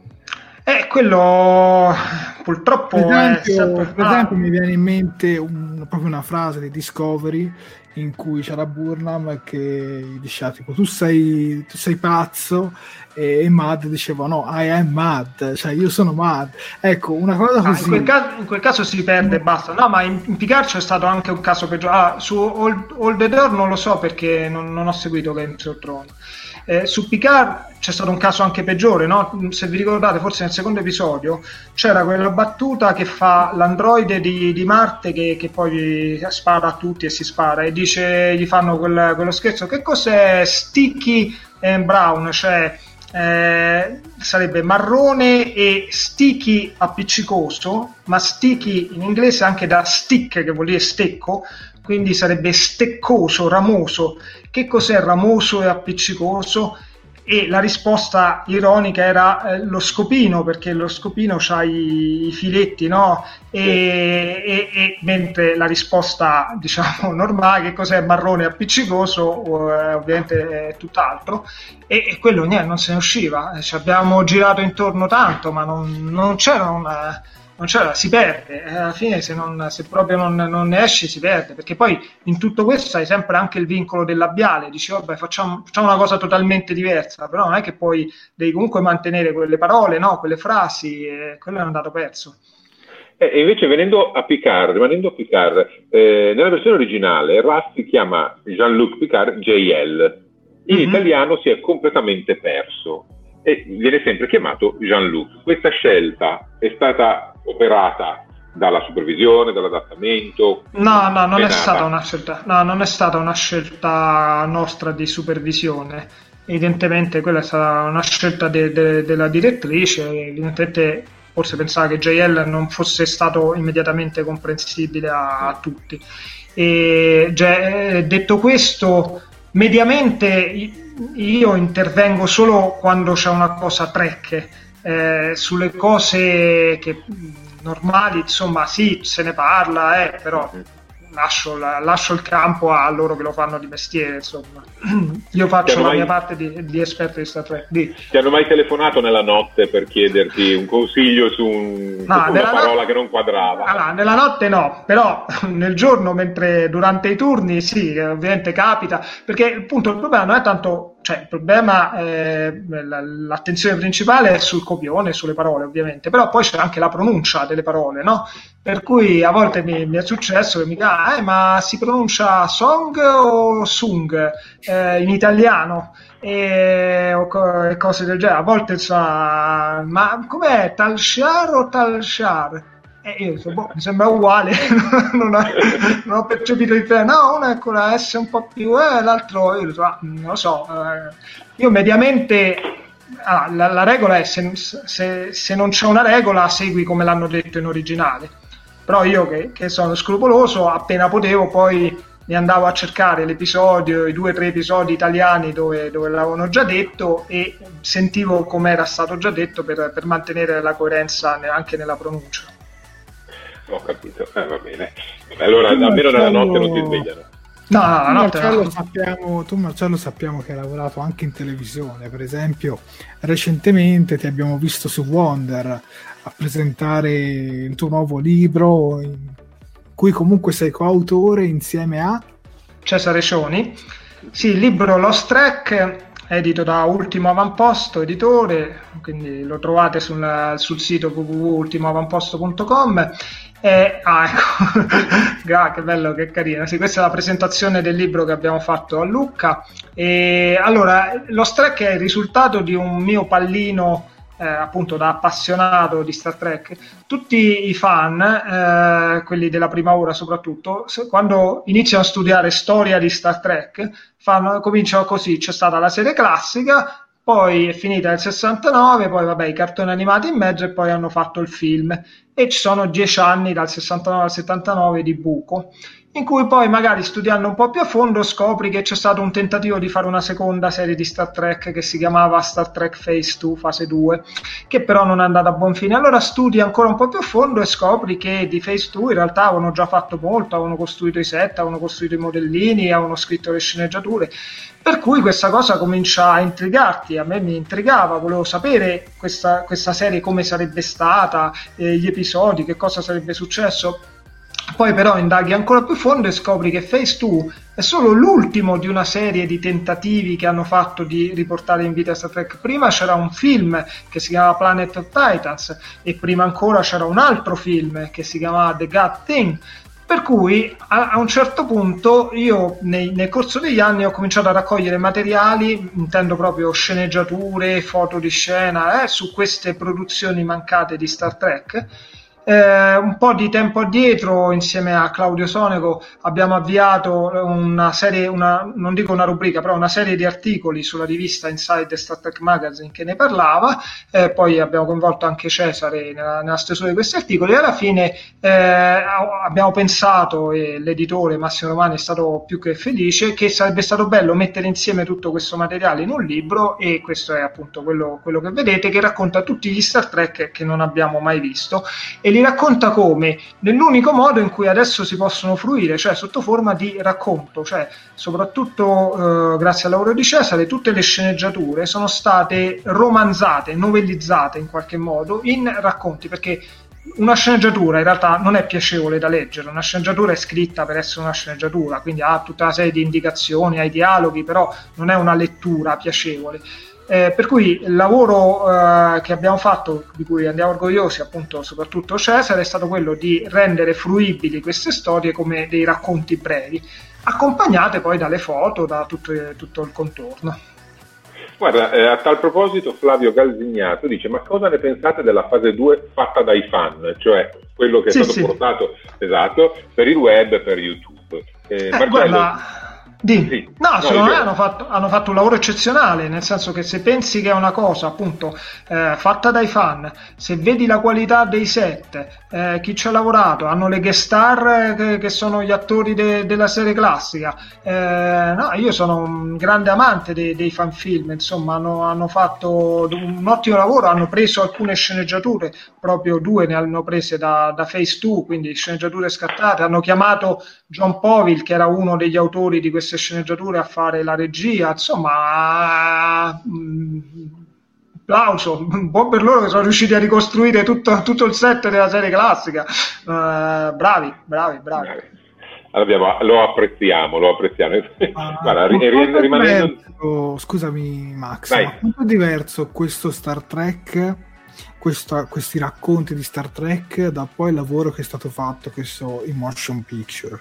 Eh, quello purtroppo per esempio, è sempre... per esempio ah. mi viene in mente un, proprio una frase di Discovery in cui c'era Burnham che diceva tipo tu sei, tu sei pazzo, e, e Mad diceva no, I am mad, cioè io sono mad. Ecco, una cosa così. Ah, in, quel caso, in quel caso si perde e mm. basta. No, ma in, in Picard c'è stato anche un caso peggiore. Ah, su Old, Old the Door non lo so perché non, non ho seguito Game of Thrones. Eh, su Picard c'è stato un caso anche peggiore, no? Se vi ricordate, forse nel secondo episodio c'era quella battuta che fa l'androide di, di Marte che, che poi spara a tutti e si spara e dice, gli fanno quel, quello scherzo, che cos'è sticky and brown, cioè eh, sarebbe marrone e sticky appiccicoso, ma sticky in inglese anche da stick, che vuol dire stecco, quindi sarebbe steccoso, ramoso. Che cos'è ramoso e appiccicoso? E la risposta ironica era eh, lo scopino, perché lo scopino c'ha i, i filetti, no? E, e, e mentre la risposta, diciamo, normale, che cos'è marrone e appiccicoso, o, eh, ovviamente è tutt'altro. E, e quello niente, non se ne usciva. Ci abbiamo girato intorno tanto, ma non, non c'era una... non c'era, si perde, alla fine se, non, se proprio non, non ne esci si perde, perché poi in tutto questo hai sempre anche il vincolo del labiale, dici vabbè facciamo, facciamo una cosa totalmente diversa, però non è che poi devi comunque mantenere quelle parole, no? Quelle frasi, e quello è andato perso. E invece venendo a Picard, rimanendo a Picard, eh, nella versione originale Russ si chiama Jean-Luc Picard J L, in mm-hmm. italiano si è completamente perso e viene sempre chiamato Jean-Luc. Questa scelta è stata operata dalla supervisione, dall'adattamento? No, no, non è stata una scelta, no, non è stata una scelta nostra di supervisione. Evidentemente quella è stata una scelta de, de, della direttrice, evidentemente forse pensava che J L non fosse stato immediatamente comprensibile a, a tutti. E già, detto questo, mediamente io intervengo solo quando c'è una cosa Trek. Eh, sulle cose che normali, insomma, sì, se ne parla, eh, però lascio, la, lascio il campo a loro che lo fanno di mestiere, insomma. Io faccio la mai... mia parte di, di esperto di Star Trek. Di. Ti hanno mai telefonato nella notte per chiederti un consiglio su, un, no, su una parola no... che non quadrava? Allora, nella notte no, però nel giorno, mentre durante i turni, sì, ovviamente capita, perché appunto il problema non è tanto, cioè il problema, eh, l'attenzione principale è sul copione, sulle parole ovviamente, però poi c'è anche la pronuncia delle parole, no? Per cui a volte mi, mi è successo che mi dica, ah, eh, ma si pronuncia song o sung eh, in italiano? E, o co- e cose del genere. A volte sa, ma com'è, Talshar o Talshar? E io dico, boh, mi sembra uguale, non, ho, non ho percepito il freno. No, uno è con la S un po' più, eh, l'altro, io dico, ah, non lo so. Eh, io mediamente, ah, la, la regola è, se, se, se non c'è una regola, segui come l'hanno detto in originale. Però io che, che sono scrupoloso, appena potevo poi mi andavo a cercare l'episodio, i due o tre episodi italiani dove, dove l'avevano già detto e sentivo come era stato già detto per, per mantenere la coerenza anche nella pronuncia. Ho capito, eh, va bene. Allora tu, almeno Marcello... nella notte non ti svegliano. No, no, la notte Marcello, no. sappiamo, tu Marcello sappiamo che hai lavorato anche in televisione, per esempio recentemente ti abbiamo visto su Wonder a presentare il tuo nuovo libro in cui comunque sei coautore insieme a Cesare Cioni. Sì, il libro Lost Trek, edito da Ultimo Avamposto editore, quindi lo trovate sul, sul sito w w w punto ultimo avamposto punto com. E, ah, ecco, che bello, che carino. Sì, questa è la presentazione del libro che abbiamo fatto a Lucca. E, allora, Lost Trek è il risultato di un mio pallino Eh, appunto da appassionato di Star Trek. Tutti i fan, eh, quelli della prima ora soprattutto, se, quando iniziano a studiare storia di Star Trek, fanno, cominciano così: c'è stata la serie classica, poi è finita nel sessantanove, poi vabbè i cartoni animati in mezzo e poi hanno fatto il film, e ci sono dieci anni dal sessantanove al settantanove di buco. in cui poi magari studiando un po' più a fondo scopri che c'è stato un tentativo di fare una seconda serie di Star Trek che si chiamava Star Trek Phase due, fase due, che però non è andata a buon fine. Allora studi ancora un po' più a fondo e scopri che di Phase due in realtà avevano già fatto molto, avevano costruito i set, avevano costruito i modellini, avevano scritto le sceneggiature, per cui questa cosa comincia a intrigarti. A me mi intrigava, volevo sapere questa, questa serie come sarebbe stata, eh, gli episodi, che cosa sarebbe successo. Poi però indaghi ancora più a fondo e scopri che Phase due è solo l'ultimo di una serie di tentativi che hanno fatto di riportare in vita Star Trek. Prima c'era un film che si chiamava Planet of Titans e prima ancora c'era un altro film che si chiamava The God Thing, per cui a, a un certo punto io nei, nel corso degli anni ho cominciato a raccogliere materiali, intendo proprio sceneggiature, foto di scena, eh, su queste produzioni mancate di Star Trek. Eh, un po' di tempo addietro, insieme a Claudio Sonego, abbiamo avviato una serie, una, non dico una rubrica, però una serie di articoli sulla rivista Inside Star Trek Magazine che ne parlava, eh, poi abbiamo coinvolto anche Cesare nella, nella stesura di questi articoli e alla fine eh, abbiamo pensato, e l'editore Massimo Romani è stato più che felice, che sarebbe stato bello mettere insieme tutto questo materiale in un libro, e questo è appunto quello, quello che vedete, che racconta tutti gli Star Trek che non abbiamo mai visto e li racconta come? Nell'unico modo in cui adesso si possono fruire, cioè sotto forma di racconto, cioè soprattutto eh, grazie al lavoro di Cesare tutte le sceneggiature sono state romanzate, novellizzate in qualche modo in racconti, perché una sceneggiatura in realtà non è piacevole da leggere, una sceneggiatura è scritta per essere una sceneggiatura, quindi ha tutta una serie di indicazioni, ha i dialoghi, però non è una lettura piacevole. Eh, per cui il lavoro eh, che abbiamo fatto, di cui andiamo orgogliosi, appunto soprattutto Cesare, è stato quello di rendere fruibili queste storie come dei racconti brevi, accompagnate poi dalle foto, da tutto, tutto il contorno. Guarda, eh, a tal proposito Flavio Galzignato dice: ma cosa ne pensate della fase due fatta dai fan, cioè quello che è sì, stato sì. portato esatto per il web e per YouTube? Eh, eh, Marcello... guarda... Di. Sì. No, secondo me hanno fatto, hanno fatto un lavoro eccezionale, nel senso che se pensi che è una cosa appunto eh, fatta dai fan, se vedi la qualità dei set, eh, chi ci ha lavorato, hanno le guest star che, che sono gli attori de, della serie classica, eh, no, io sono un grande amante dei, dei fan film, insomma hanno, hanno fatto un ottimo lavoro, hanno preso alcune sceneggiature, proprio due ne hanno prese da, da Phase due, quindi sceneggiature scattate, hanno chiamato John Povil, che era uno degli autori di queste sceneggiature, a fare la regia, insomma mh, applauso, un po' per loro che sono riusciti a ricostruire tutto, tutto il set della serie classica. Uh, bravi, bravi, bravi. Allora, lo apprezziamo, lo apprezziamo. Ah, Guarda, ri- rimanendo... diverso, scusami Max, Vai. ma quanto è diverso questo Star Trek, questa, questi racconti di Star Trek da poi il lavoro che è stato fatto, questo in motion picture?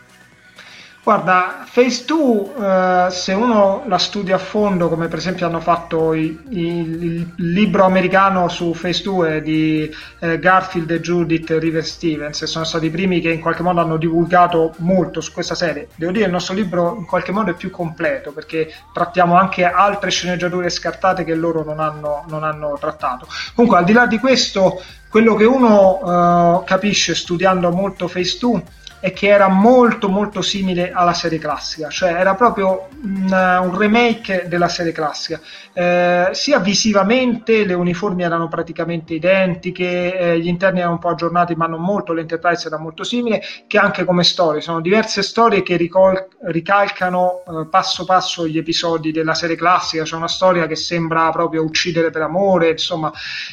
Guarda, Phase due, eh, se uno la studia a fondo, come per esempio hanno fatto i, i, il libro americano su Phase due di eh, Garfield e Judith River Stevens, che sono stati i primi che in qualche modo hanno divulgato molto su questa serie. Devo dire, il nostro libro in qualche modo è più completo, perché trattiamo anche altre sceneggiature scartate che loro non hanno, non hanno trattato. Comunque, al di là di questo, quello che uno eh, capisce studiando molto Phase due è che era molto molto simile alla serie classica, cioè era proprio un, un remake della serie classica, eh, sia visivamente le uniformi erano praticamente identiche, eh, gli interni erano un po' aggiornati ma non molto, l'Enterprise era molto simile, che anche come storie, sono diverse storie che ricol- ricalcano eh, passo passo gli episodi della serie classica, c'è una storia che sembra proprio uccidere per amore, insomma,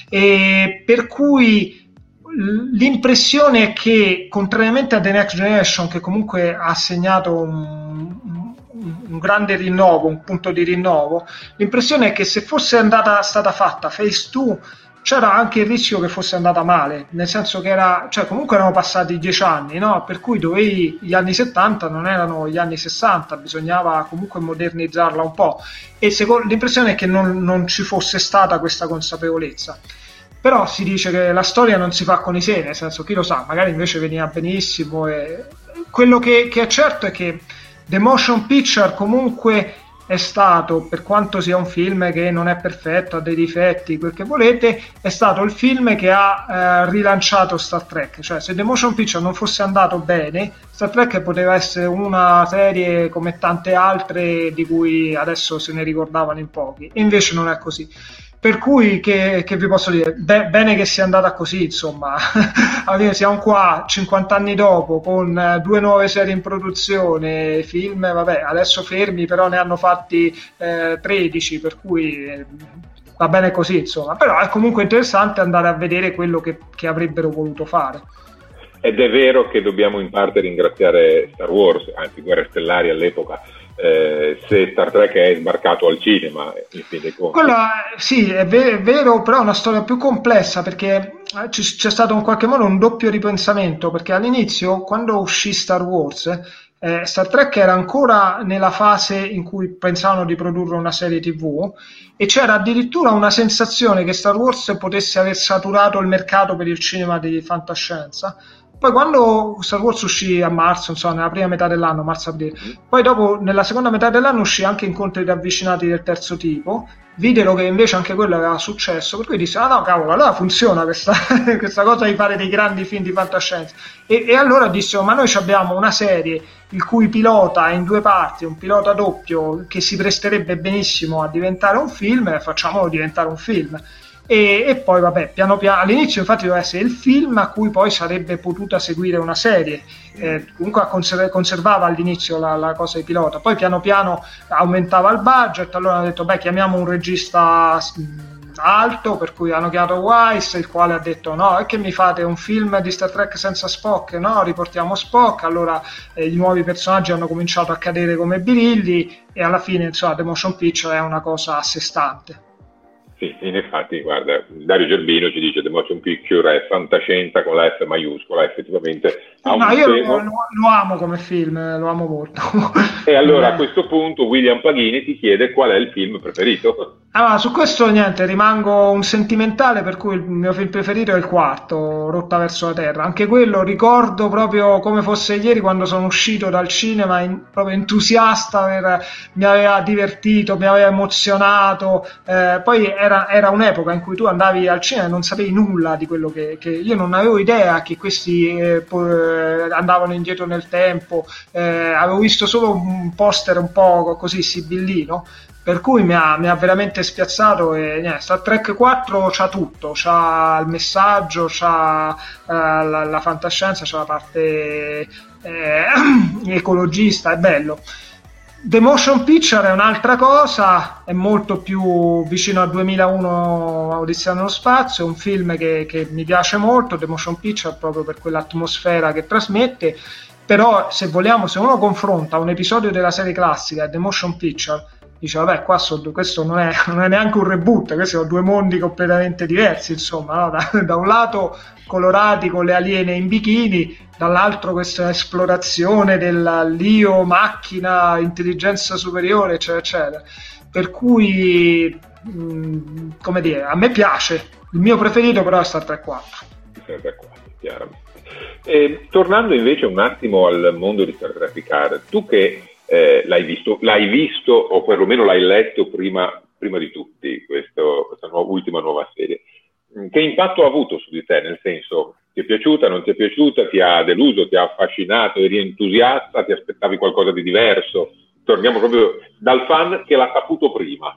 e per cui l'impressione è che, contrariamente a The Next Generation, che comunque ha segnato un, un grande rinnovo, un punto di rinnovo, l'impressione è che se fosse andata stata fatta Phase due c'era anche il rischio che fosse andata male, nel senso che era, cioè comunque erano passati dieci anni, no? Per cui dovevi, gli anni settanta non erano gli anni sessanta, bisognava comunque modernizzarla un po', e secondo, l'impressione è che non, non ci fosse stata questa consapevolezza. Però si dice che la storia non si fa con i sé, nel senso, chi lo sa, magari invece veniva benissimo. E quello che, che è certo è che The Motion Picture comunque è stato, per quanto sia un film che non è perfetto, ha dei difetti, quel che volete, è stato il film che ha eh, rilanciato Star Trek. Cioè, se The Motion Picture non fosse andato bene, Star Trek poteva essere una serie come tante altre di cui adesso se ne ricordavano in pochi, e invece non è così. Per cui che, che vi posso dire? Be- bene che sia andata così, insomma. Siamo qua cinquanta anni dopo con eh, due nuove serie in produzione, film, vabbè, adesso fermi, però ne hanno fatti eh, tredici, per cui eh, va bene così, insomma. Però è comunque interessante andare a vedere quello che, che avrebbero voluto fare. Ed è vero che dobbiamo in parte ringraziare Star Wars, anzi Guerre Stellari all'epoca, Eh, se Star Trek è sbarcato al cinema, in fin dei conti. Quello, sì, è, ver- è vero, però è una storia più complessa, perché c- c'è stato in qualche modo un doppio ripensamento, perché all'inizio, quando uscì Star Wars, eh, Star Trek era ancora nella fase in cui pensavano di produrre una serie tivù, e c'era addirittura una sensazione che Star Wars potesse aver saturato il mercato per il cinema di fantascienza. Poi quando Star Wars uscì a marzo, insomma nella prima metà dell'anno, marzo-aprile, poi dopo nella seconda metà dell'anno uscì anche Incontri ravvicinati del terzo tipo, videro che invece anche quello aveva successo, per cui disse, ah no cavolo, allora funziona questa, questa cosa di fare dei grandi film di fantascienza, e, e allora dissero, ma noi abbiamo una serie il cui pilota è in due parti, un pilota doppio che si presterebbe benissimo a diventare un film, facciamolo diventare un film. E, e poi vabbè, piano piano, all'inizio infatti doveva essere il film a cui poi sarebbe potuta seguire una serie, eh, comunque conser- conservava all'inizio la, la cosa di pilota, poi piano piano aumentava il budget, allora hanno detto beh, chiamiamo un regista mh, alto, per cui hanno chiamato Weiss, il quale ha detto no, è che mi fate un film di Star Trek senza Spock? No, riportiamo Spock. Allora eh, i nuovi personaggi hanno cominciato a cadere come birilli, e alla fine insomma The Motion Picture è una cosa a sé stante. Sì, in effetti, guarda, Dario Gerbino ci dice The Motion Picture è fantascienza con la F maiuscola, effettivamente ha un no, io tema... lo, lo amo come film, lo amo molto. E allora a questo punto William Paghini ti chiede qual è il film preferito. Allora, su questo niente, rimango un sentimentale, per cui il mio film preferito è il quarto, Rotta verso la Terra. Anche quello ricordo proprio come fosse ieri, quando sono uscito dal cinema in, proprio entusiasta, per, mi aveva divertito, mi aveva emozionato. Eh, poi era, era un'epoca in cui tu andavi al cinema e non sapevi nulla di quello che, che io non avevo idea che questi eh, po- andavano indietro nel tempo, eh, avevo visto solo un poster un po' così sibillino, per cui mi ha, mi ha veramente spiazzato. E niente, Star Trek quattro c'ha tutto, c'ha il messaggio, c'ha eh, la, la fantascienza, c'ha la parte eh, ecologista, è bello. The Motion Picture è un'altra cosa, è molto più vicino a duemilauno Odissea nello spazio, è un film che, che mi piace molto, The Motion Picture, proprio per quell'atmosfera che trasmette. Però se vogliamo, se uno confronta un episodio della serie classica e The Motion Picture, dice vabbè, qua so, questo non è, non è neanche un reboot, questi sono due mondi completamente diversi, insomma, no? da, da un lato colorati con le aliene in bikini, dall'altro questa esplorazione dell'io, macchina, intelligenza superiore, eccetera eccetera, per cui mh, come dire, a me piace, il mio preferito però è Star Trek quattro. Star Trek quattro, chiaramente. E, tornando invece un attimo al mondo di Star Trek Picard, tu che eh, l'hai visto, l'hai visto o perlomeno l'hai letto prima, prima di tutti, questo, questa nuova, ultima nuova serie, che impatto ha avuto su di te? Nel senso, ti è piaciuta, non ti è piaciuta, ti ha deluso, ti ha affascinato, eri entusiasta, ti aspettavi qualcosa di diverso? Torniamo proprio dal fan che l'ha saputo prima.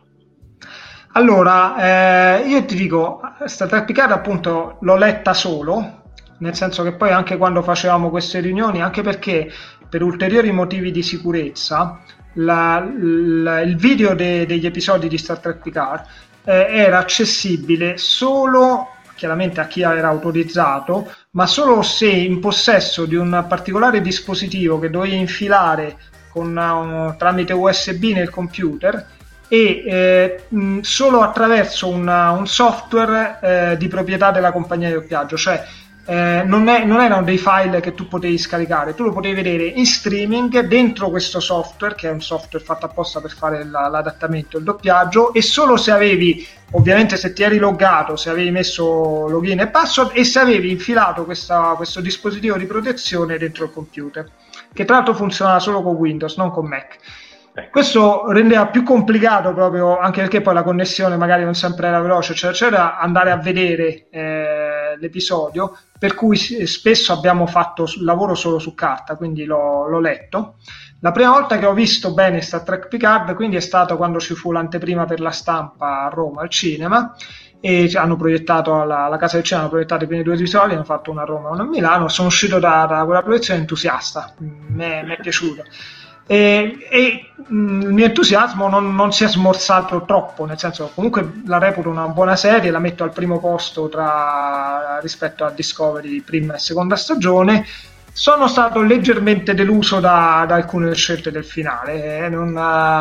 Allora, eh, io ti dico, Star Trek Picard appunto l'ho letta solo, nel senso che poi anche quando facevamo queste riunioni, anche perché per ulteriori motivi di sicurezza, la, la, il video de, degli episodi di Star Trek Picard eh, era accessibile solo, chiaramente a chi era autorizzato, ma solo se in possesso di un particolare dispositivo che dovevi infilare con un, tramite U S B nel computer, e eh, mh, solo attraverso una, un software eh, di proprietà della compagnia di doppiaggio, cioè eh, non, è, non erano dei file che tu potevi scaricare, tu lo potevi vedere in streaming dentro questo software, che è un software fatto apposta per fare la, l'adattamento, il doppiaggio, e solo se avevi, ovviamente se ti eri loggato, se avevi messo login e password e se avevi infilato questa, questo dispositivo di protezione dentro il computer, che tra l'altro funzionava solo con Windows, non con Mac. Questo rendeva più complicato proprio, anche perché poi la connessione magari non sempre era veloce, eccetera, eccetera, andare a vedere eh, l'episodio, per cui spesso abbiamo fatto lavoro solo su carta, quindi l'ho, l'ho letto. La prima volta che ho visto bene Star Trek Picard, quindi, è stato quando ci fu l'anteprima per la stampa a Roma, al cinema, e hanno proiettato alla, alla Casa del Cinema, hanno proiettato i primi due episodi, hanno fatto una a Roma e una a Milano. Sono uscito da, da quella proiezione entusiasta, mi è piaciuto. E, e mh, il mio entusiasmo non, non si è smorzato troppo, nel senso, comunque la reputo una buona serie, la metto al primo posto tra, rispetto a Discovery prima e seconda stagione. Sono stato leggermente deluso da, da alcune scelte del finale, eh, non,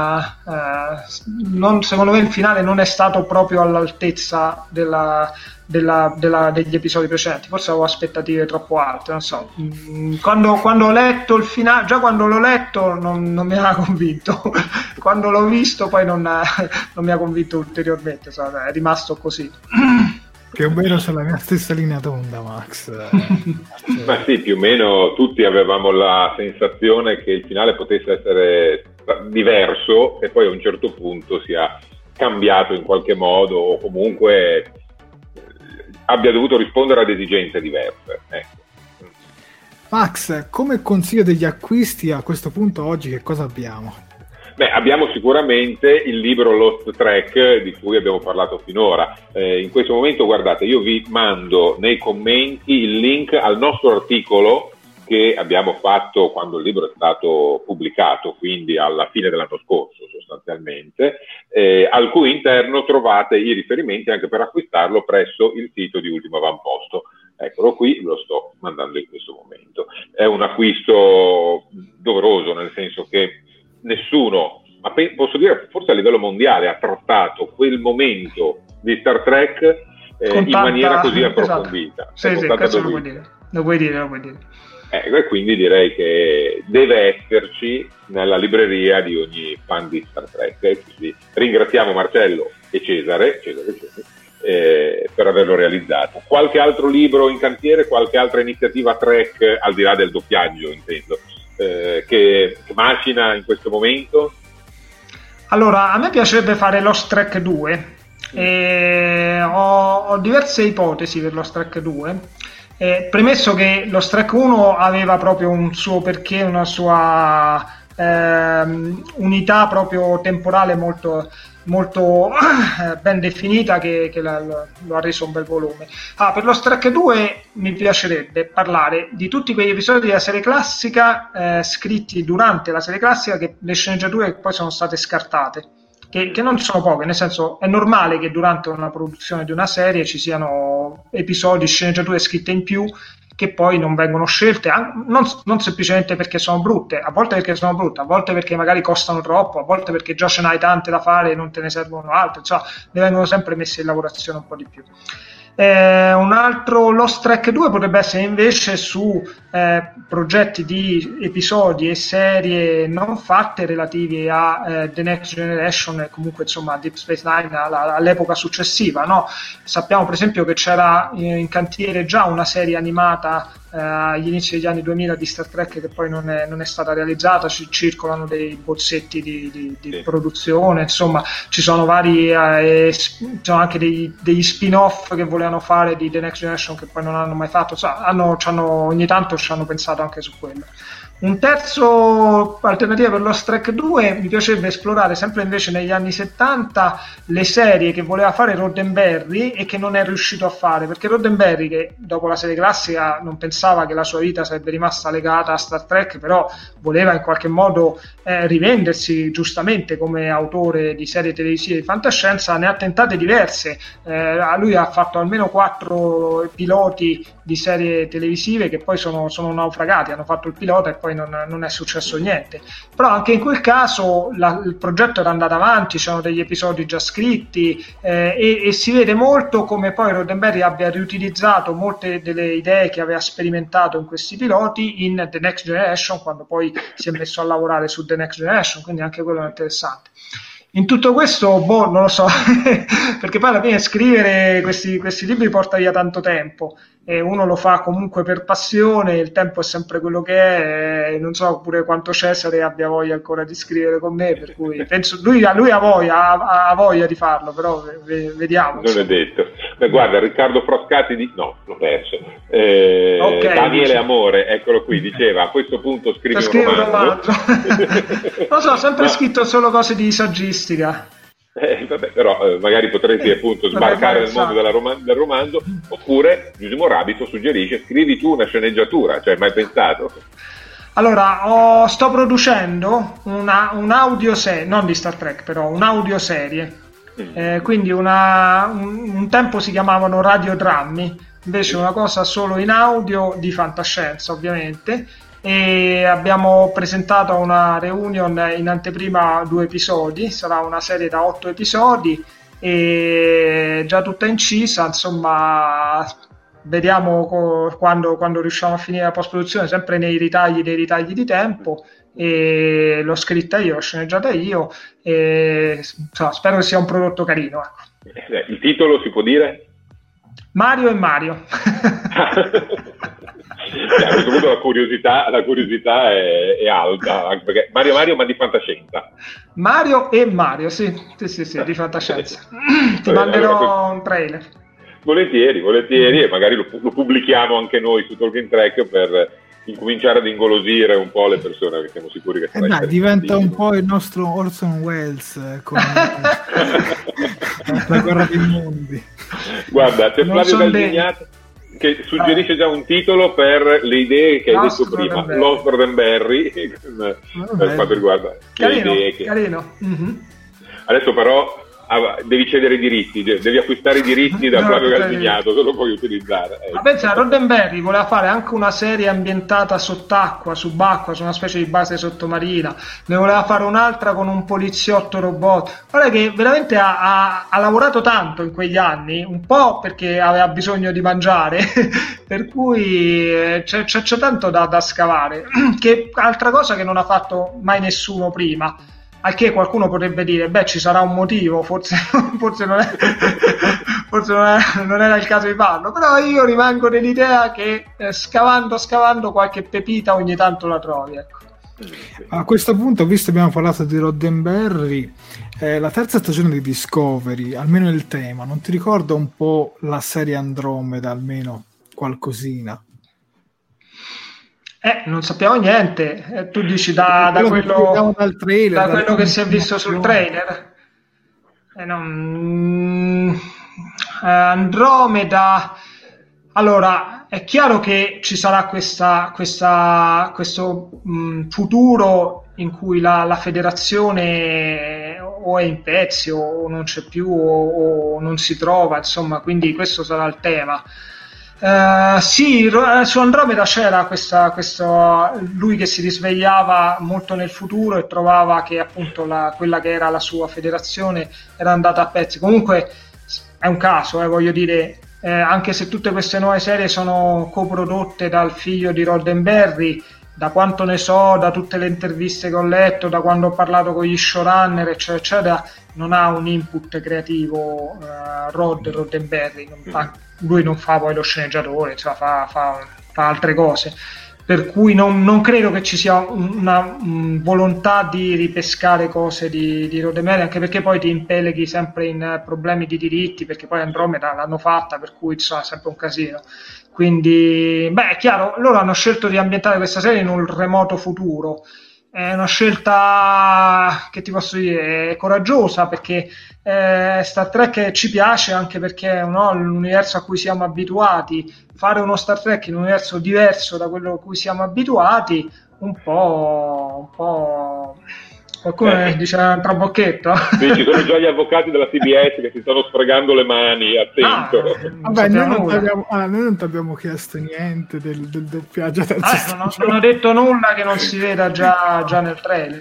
eh, non, secondo me il finale non è stato proprio all'altezza della, della, della, degli episodi precedenti, forse avevo aspettative troppo alte, non so. Quando, quando ho letto il finale, già quando l'ho letto non, non mi ha convinto, quando l'ho visto poi non, non mi ha convinto ulteriormente, so, è rimasto così. Più o meno sulla mia stessa linea d'onda, Max. Ma sì, più o meno tutti avevamo la sensazione che il finale potesse essere diverso e poi a un certo punto sia cambiato in qualche modo o comunque abbia dovuto rispondere ad esigenze diverse. Ecco. Max, come consiglio degli acquisti a questo punto oggi che cosa abbiamo? Beh, abbiamo sicuramente il libro Lost Trek di cui abbiamo parlato finora. Eh, in questo momento, guardate, io vi mando nei commenti il link al nostro articolo che abbiamo fatto quando il libro è stato pubblicato, quindi alla fine dell'anno scorso sostanzialmente, eh, al cui interno trovate i riferimenti anche per acquistarlo presso il sito di Ultimo Avamposto. Eccolo qui, lo sto mandando in questo momento. È un acquisto doveroso, nel senso che nessuno, ma pe- posso dire forse a livello mondiale, ha trattato quel momento di Star Trek eh, in tanta... maniera così approfondita. Esatto. Sì, sì, questo lo puoi dire. Lo puoi dire, lo puoi dire. Ecco, e quindi direi che deve esserci nella libreria di ogni fan di Star Trek. E quindi ringraziamo Marcello e Cesare, Cesare, Cesare eh, per averlo realizzato. Qualche altro libro in cantiere, qualche altra iniziativa Trek, al di là del doppiaggio, intendo, eh, che, che macina in questo momento? Allora, a me piacerebbe fare Lost Trek due. E ho, ho diverse ipotesi per Lost Trek due. Eh, premesso che lo Trek uno aveva proprio un suo perché, una sua ehm, unità proprio temporale molto, molto eh, ben definita che, che la, lo ha reso un bel volume. Ah, per lo Trek due mi piacerebbe parlare di tutti quegli episodi della serie classica eh, scritti durante la serie classica, che le sceneggiature che poi sono state scartate. Che, che non sono poche, nel senso, è normale che durante una produzione di una serie ci siano episodi, sceneggiature scritte in più che poi non vengono scelte, non, non semplicemente perché sono brutte, a volte perché sono brutte, a volte perché magari costano troppo, a volte perché già ce n'hai tante da fare e non te ne servono altre, cioè ne vengono sempre messe in lavorazione un po' di più. Eh, un altro Lost Trek due potrebbe essere invece su eh, progetti di episodi e serie non fatte relativi a eh, The Next Generation e comunque insomma Deep Space Nine alla, all'epoca successiva, no? Sappiamo per esempio che c'era in cantiere già una serie animata eh, agli inizi degli anni duemila di Star Trek che poi non è, non è stata realizzata, ci circolano dei bozzetti di, di, di sì. produzione, insomma ci sono vari eh, ci sono anche dei, degli spin-off che volevano fare di The Next Generation che poi non hanno mai fatto, so, hanno, hanno, ogni tanto ci hanno pensato anche su quello. Un terzo alternativa per Lost Trek due mi piacerebbe esplorare sempre invece negli anni settanta le serie che voleva fare Roddenberry e che non è riuscito a fare, perché Roddenberry, che dopo la serie classica non pensava che la sua vita sarebbe rimasta legata a Star Trek, però voleva in qualche modo eh, rivendersi giustamente come autore di serie televisive di fantascienza, ne ha tentate diverse, eh, lui ha fatto almeno quattro piloti di serie televisive che poi sono, sono naufragati, hanno fatto il pilota e poi Non, non è successo niente, però anche in quel caso la, il progetto era andato avanti, c'erano degli episodi già scritti eh, e, e si vede molto come poi Roddenberry abbia riutilizzato molte delle idee che aveva sperimentato in questi piloti in The Next Generation, quando poi si è messo a lavorare su The Next Generation, quindi anche quello è interessante. In tutto questo, boh, non lo so, perché poi alla fine scrivere questi, questi libri porta via tanto tempo e uno lo fa comunque per passione, il tempo è sempre quello che è, e non so pure quanto Cesare abbia voglia ancora di scrivere con me, per cui penso lui, lui ha voglia, ha, ha voglia di farlo, però v- vediamo. Non è detto. Beh, guarda, Riccardo Frascati di... no, l'ho perso. Eh, okay, Daniele dice... Amore, eccolo qui, diceva a questo punto scrivi un scrive romanzo. Un romanzo. Non so, ho sempre Ma... scritto solo cose di saggistica. Eh, vabbè, però eh, magari potresti eh, appunto sbarcare nel mondo della roman- del romanzo, oppure Giusimo Rabito suggerisce scrivi tu una sceneggiatura, cioè mai pensato? Allora, ho, sto producendo una, un audioserie, non di Star Trek però, un'audioserie, mm. eh, quindi una, un, un tempo si chiamavano radiodrammi, invece una cosa solo in audio di fantascienza ovviamente, e abbiamo presentato una reunion in anteprima due episodi, sarà una serie da otto episodi e già tutta incisa, insomma vediamo co- quando, quando riusciamo a finire la post produzione, sempre nei ritagli dei ritagli di tempo, e l'ho scritta io, l'ho sceneggiata io e insomma, spero che sia un prodotto carino, ecco. Il titolo si può dire? Mario e Mario. Cioè, a questo punto la curiosità, la curiosità è, è alta, anche perché Mario Mario ma di fantascienza. Mario e Mario, sì, sì, sì, sì di fantascienza. Ti manderò allora, un trailer. Volentieri, volentieri, e magari lo, lo pubblichiamo anche noi su Talking Track per incominciare ad ingolosire un po' le persone, perché siamo sicuri che eh dai, diventa un po' il nostro Orson Welles eh, con la guerra dei mondi. Guarda, c'è Flavio Galdignato che suggerisce già un titolo per le idee che hai Lost detto prima, Lost Roddenberry, per quanto riguarda carino, le idee che... carino. Mm-hmm. Adesso però ah, devi cedere i diritti, devi acquistare i diritti da no, Flavio Galdignato, se lo puoi utilizzare. Eh. Ma pensa, Roddenberry voleva fare anche una serie ambientata sott'acqua, subacqua, su una specie di base sottomarina, ne voleva fare un'altra con un poliziotto robot. Guarda che veramente ha, ha, ha lavorato tanto in quegli anni, un po' perché aveva bisogno di mangiare, per cui c'è, c'è, c'è tanto da, da scavare, che altra cosa che non ha fatto mai nessuno prima. Al che qualcuno potrebbe dire, beh, ci sarà un motivo, forse, forse, non, è, forse non, è, non era il caso di farlo, però io rimango dell'idea che eh, scavando, scavando qualche pepita ogni tanto la trovi, ecco. A questo punto, visto che abbiamo parlato di Roddenberry, eh, la terza stagione di Discovery, almeno il tema, non ti ricorda un po' la serie Andromeda, almeno qualcosina? Eh, non sappiamo niente. Eh, tu dici da, da quello, dal trailer, da quello che si è visto sul trailer. Eh, non... eh, Andromeda. Allora, è chiaro che ci sarà questa, questa, questo mh, futuro in cui la, la federazione o è in pezzi o non c'è più o, o non si trova, insomma, quindi questo sarà il tema. Uh, sì, su Andromeda c'era questa, questo, lui che si risvegliava molto nel futuro e trovava che appunto la, quella che era la sua federazione era andata a pezzi. Comunque è un caso, eh, voglio dire, eh, anche se tutte queste nuove serie sono coprodotte dal figlio di Roddenberry, da quanto ne so, da tutte le interviste che ho letto, da quando ho parlato con gli showrunner, eccetera, eccetera, non ha un input creativo uh, Rod Roddenberry, non fa, lui non fa poi lo sceneggiatore, insomma, fa, fa, fa altre cose, per cui non, non credo che ci sia una um, volontà di ripescare cose di, di Roddenberry, anche perché poi ti impeleghi sempre in problemi di diritti, perché poi Andromeda l'hanno fatta, per cui insomma è sempre un casino. Quindi, beh, è chiaro, loro hanno scelto di ambientare questa serie in un remoto futuro. È una scelta che ti posso dire è coraggiosa, perché eh, Star Trek ci piace, anche perché no, l'universo a cui siamo abituati. Fare uno Star Trek in un universo diverso da quello a cui siamo abituati, un po', un po'... qualcuno eh. dice un trabocchetto. Sì, ci sono già gli avvocati della C B S che si stanno sfregando le mani, attento. Ah, vabbè, noi non, abbiamo, ah, noi non ti abbiamo chiesto niente del, del doppiaggio. Ah, non, non ho detto nulla che non si veda già, già nel trailer.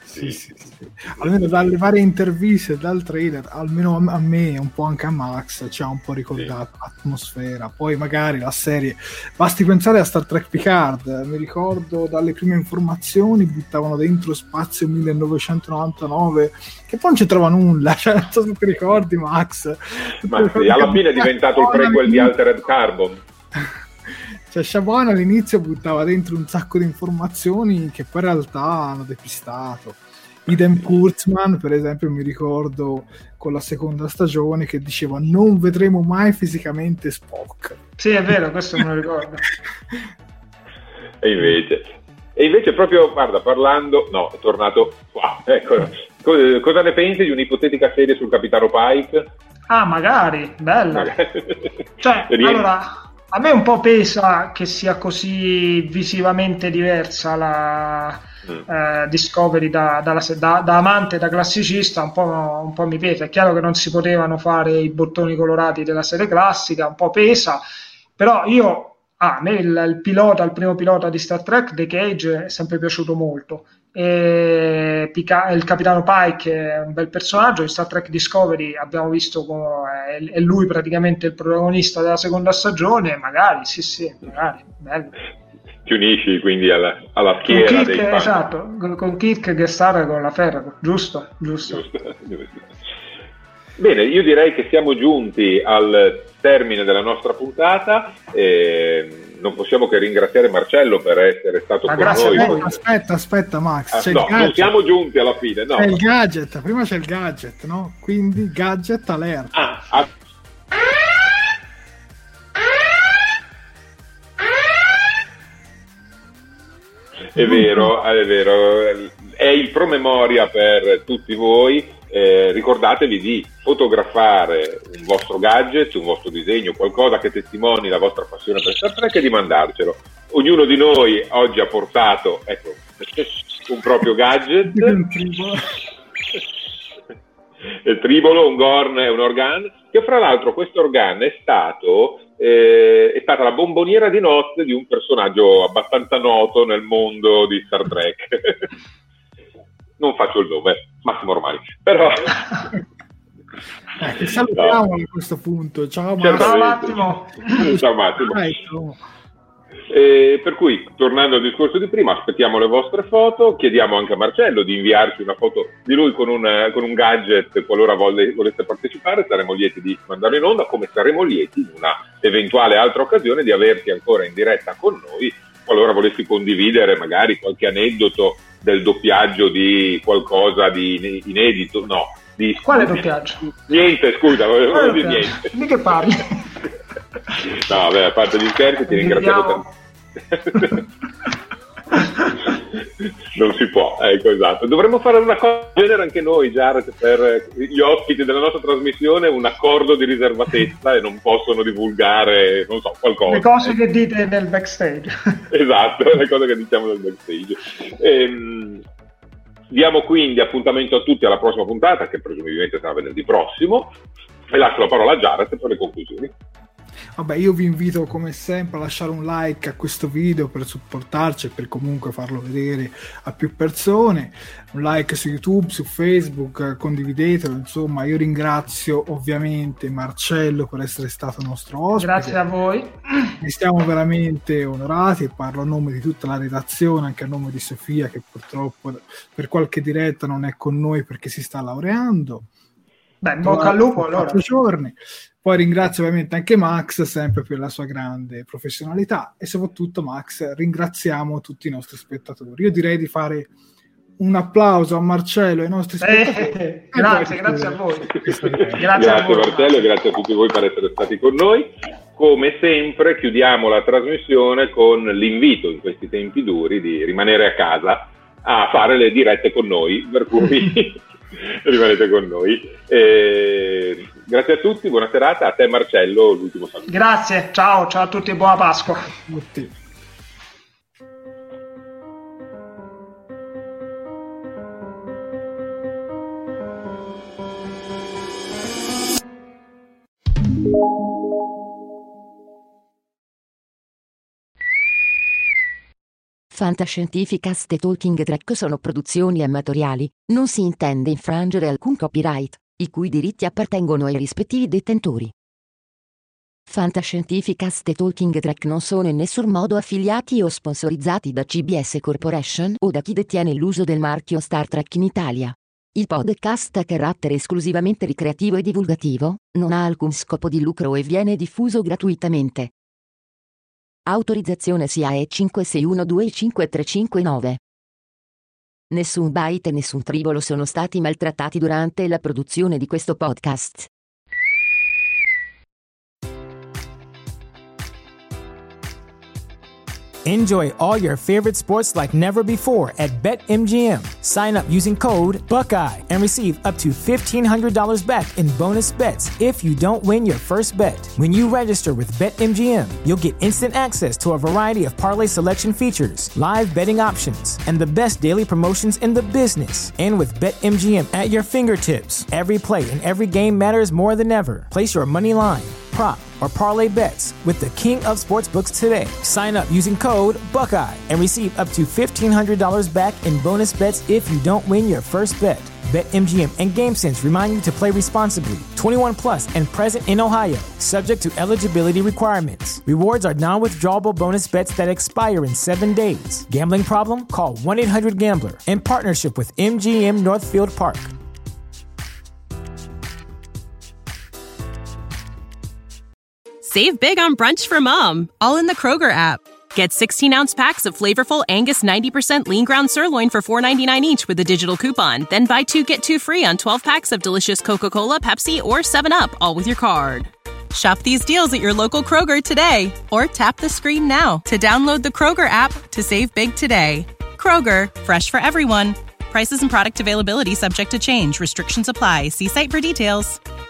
Sì, sì, sì. Almeno dalle varie interviste, dal trailer, almeno a me, un po' anche a Max, ci ha un po' ricordato sì. l'atmosfera. Poi magari la serie, basti pensare a Star Trek Picard, mi ricordo dalle prime informazioni buttavano dentro Spazio millenovecentonovantanove, che poi non ci trova nulla, cioè non so se ti ricordi Max. Ma sì, alla fine è diventato il prequel di Altered Carbon. Cioè Chabon all'inizio buttava dentro un sacco di informazioni che poi in realtà hanno depistato. Idem Kurtzman, per esempio, mi ricordo con la seconda stagione che diceva non vedremo mai fisicamente Spock. Sì, è vero, questo me lo ricordo. E invece, e invece proprio, guarda, parlando, no, è tornato qua, ecco, cosa ne pensi di un'ipotetica serie sul Capitano Pike? Ah, magari, bella. Magari. Cioè, allora... A me un po' pesa che sia così visivamente diversa la mm. eh, Discovery da, da, da, da amante, da classicista, un po', un po' mi pesa. È chiaro che non si potevano fare i bottoni colorati della serie classica, un po' pesa, però io, ah, a me il, il pilota, il primo pilota di Star Trek, The Cage, è sempre piaciuto molto. E Pica- il capitano Pike è un bel personaggio. In Star Trek Discovery abbiamo visto come è, è lui praticamente il protagonista della seconda stagione. Magari sì sì magari bello. Ti unisci quindi alla, alla schiera con Kirk, dei fan. esatto, con Kirk che sta con la Ferrago, giusto? Giusto. giusto, giusto. Bene, io direi che siamo giunti al termine della nostra puntata. Eh, non possiamo che ringraziare Marcello per essere stato Ma con grazie noi. a voi. Aspetta, aspetta Max, ah, c'è no, il non siamo giunti alla fine, no. C'è il gadget, prima c'è il gadget, no? Quindi gadget alert. Ah, ah. È vero, è vero, è il promemoria per tutti voi. Eh, ricordatevi di fotografare un vostro gadget, un vostro disegno, qualcosa che testimoni la vostra passione per Star Trek e di mandarcelo. Ognuno di noi oggi ha portato, ecco, un proprio gadget. Il tribolo, un Gorn e un organ, che fra l'altro questo organ è stato eh, è stata la bomboniera di nozze di un personaggio abbastanza noto nel mondo di Star Trek. Non faccio il nome, Massimo Romani, però eh, salutiamo no. a questo punto. Ciao Massimo. Ciao Massimo. Eh, per cui, tornando al discorso di prima, aspettiamo le vostre foto, chiediamo anche a Marcello di inviarci una foto di lui con un, con un gadget qualora vole, volesse partecipare. Saremo lieti di mandarlo in onda, come saremo lieti in una eventuale altra occasione di averti ancora in diretta con noi, qualora volessi condividere magari qualche aneddoto del doppiaggio di qualcosa di inedito. No, di... Quale doppiaggio? Niente, scusa, volevo dire niente. Di che parli? No, vabbè, a parte gli scherzi, ti ringraziamo tanto. Non si può, ecco, esatto. Dovremmo fare una cosa del genere anche noi, Jared, per gli ospiti della nostra trasmissione, un accordo di riservatezza e non possono divulgare, non so, qualcosa. Le cose che dite nel backstage. Esatto, le cose che diciamo nel backstage. Ehm, diamo quindi appuntamento a tutti alla prossima puntata, che presumibilmente sarà venerdì prossimo, e lascio la parola a Jared per le conclusioni. Vabbè, io vi invito come sempre a lasciare un like a questo video per supportarci e per comunque farlo vedere a più persone, un like su YouTube, su Facebook, condividetelo, insomma. Io ringrazio ovviamente Marcello per essere stato nostro ospite. Grazie a voi, ne stiamo veramente onorati, e parlo a nome di tutta la redazione, anche a nome di Sofia, che purtroppo per qualche diretta non è con noi perché si sta laureando. Beh, bocca al lupo allora. Giorni. Poi ringrazio ovviamente anche Max sempre per la sua grande professionalità, e soprattutto Max ringraziamo tutti i nostri spettatori. Io direi di fare un applauso a Marcello e ai nostri spettatori. Eh, grazie, grazie a voi. Grazie, grazie a voi, Marcello, e grazie a tutti voi per essere stati con noi. Come sempre chiudiamo la trasmissione con l'invito in questi tempi duri di rimanere a casa a fare le dirette con noi, per cui rimanete con noi. Eh, grazie a tutti, buona serata. A te Marcello, l'ultimo saluto. Grazie, ciao, ciao a tutti e buona Pasqua. Tutti. Fantascientificast e Talking Track sono produzioni amatoriali, non si intende infrangere alcun copyright, i cui diritti appartengono ai rispettivi detentori. Fantascientificast e Talking Track non sono in nessun modo affiliati o sponsorizzati da C B S Corporation o da chi detiene l'uso del marchio Star Trek in Italia. Il podcast ha carattere esclusivamente ricreativo e divulgativo, non ha alcun scopo di lucro e viene diffuso gratuitamente. Autorizzazione S I A E cinque sei uno due cinque tre cinque nove. Nessun byte e nessun tribolo sono stati maltrattati durante la produzione di questo podcast. Enjoy all your favorite sports like never before at BetMGM. Sign up using code Buckeye and receive up to fifteen hundred dollars back in bonus bets if you don't win your first bet. When you register with BetMGM, you'll get instant access to a variety of parlay selection features, live betting options, and the best daily promotions in the business. And with BetMGM at your fingertips, every play and every game matters more than ever. Place your money line, prop, or parlay bets with the king of sportsbooks today. Sign up using code Buckeye and receive up to fifteen hundred dollars back in bonus bets if you don't win your first bet. BetMGM and GameSense remind you to play responsibly. twenty-one plus and present in Ohio, subject to eligibility requirements. Rewards are non-withdrawable bonus bets that expire in seven days. Gambling problem? Call one eight hundred gambler in partnership with M G M Northfield Park. Save big on brunch for mom, all in the Kroger app. Get sixteen-ounce packs of flavorful Angus ninety percent lean ground sirloin for four ninety-nine each with a digital coupon. Then buy two, get two free on twelve packs of delicious Coca-Cola, Pepsi, or seven up, all with your card. Shop these deals at your local Kroger today, or tap the screen now to download the Kroger app to save big today. Kroger, fresh for everyone. Prices and product availability subject to change. Restrictions apply. See site for details.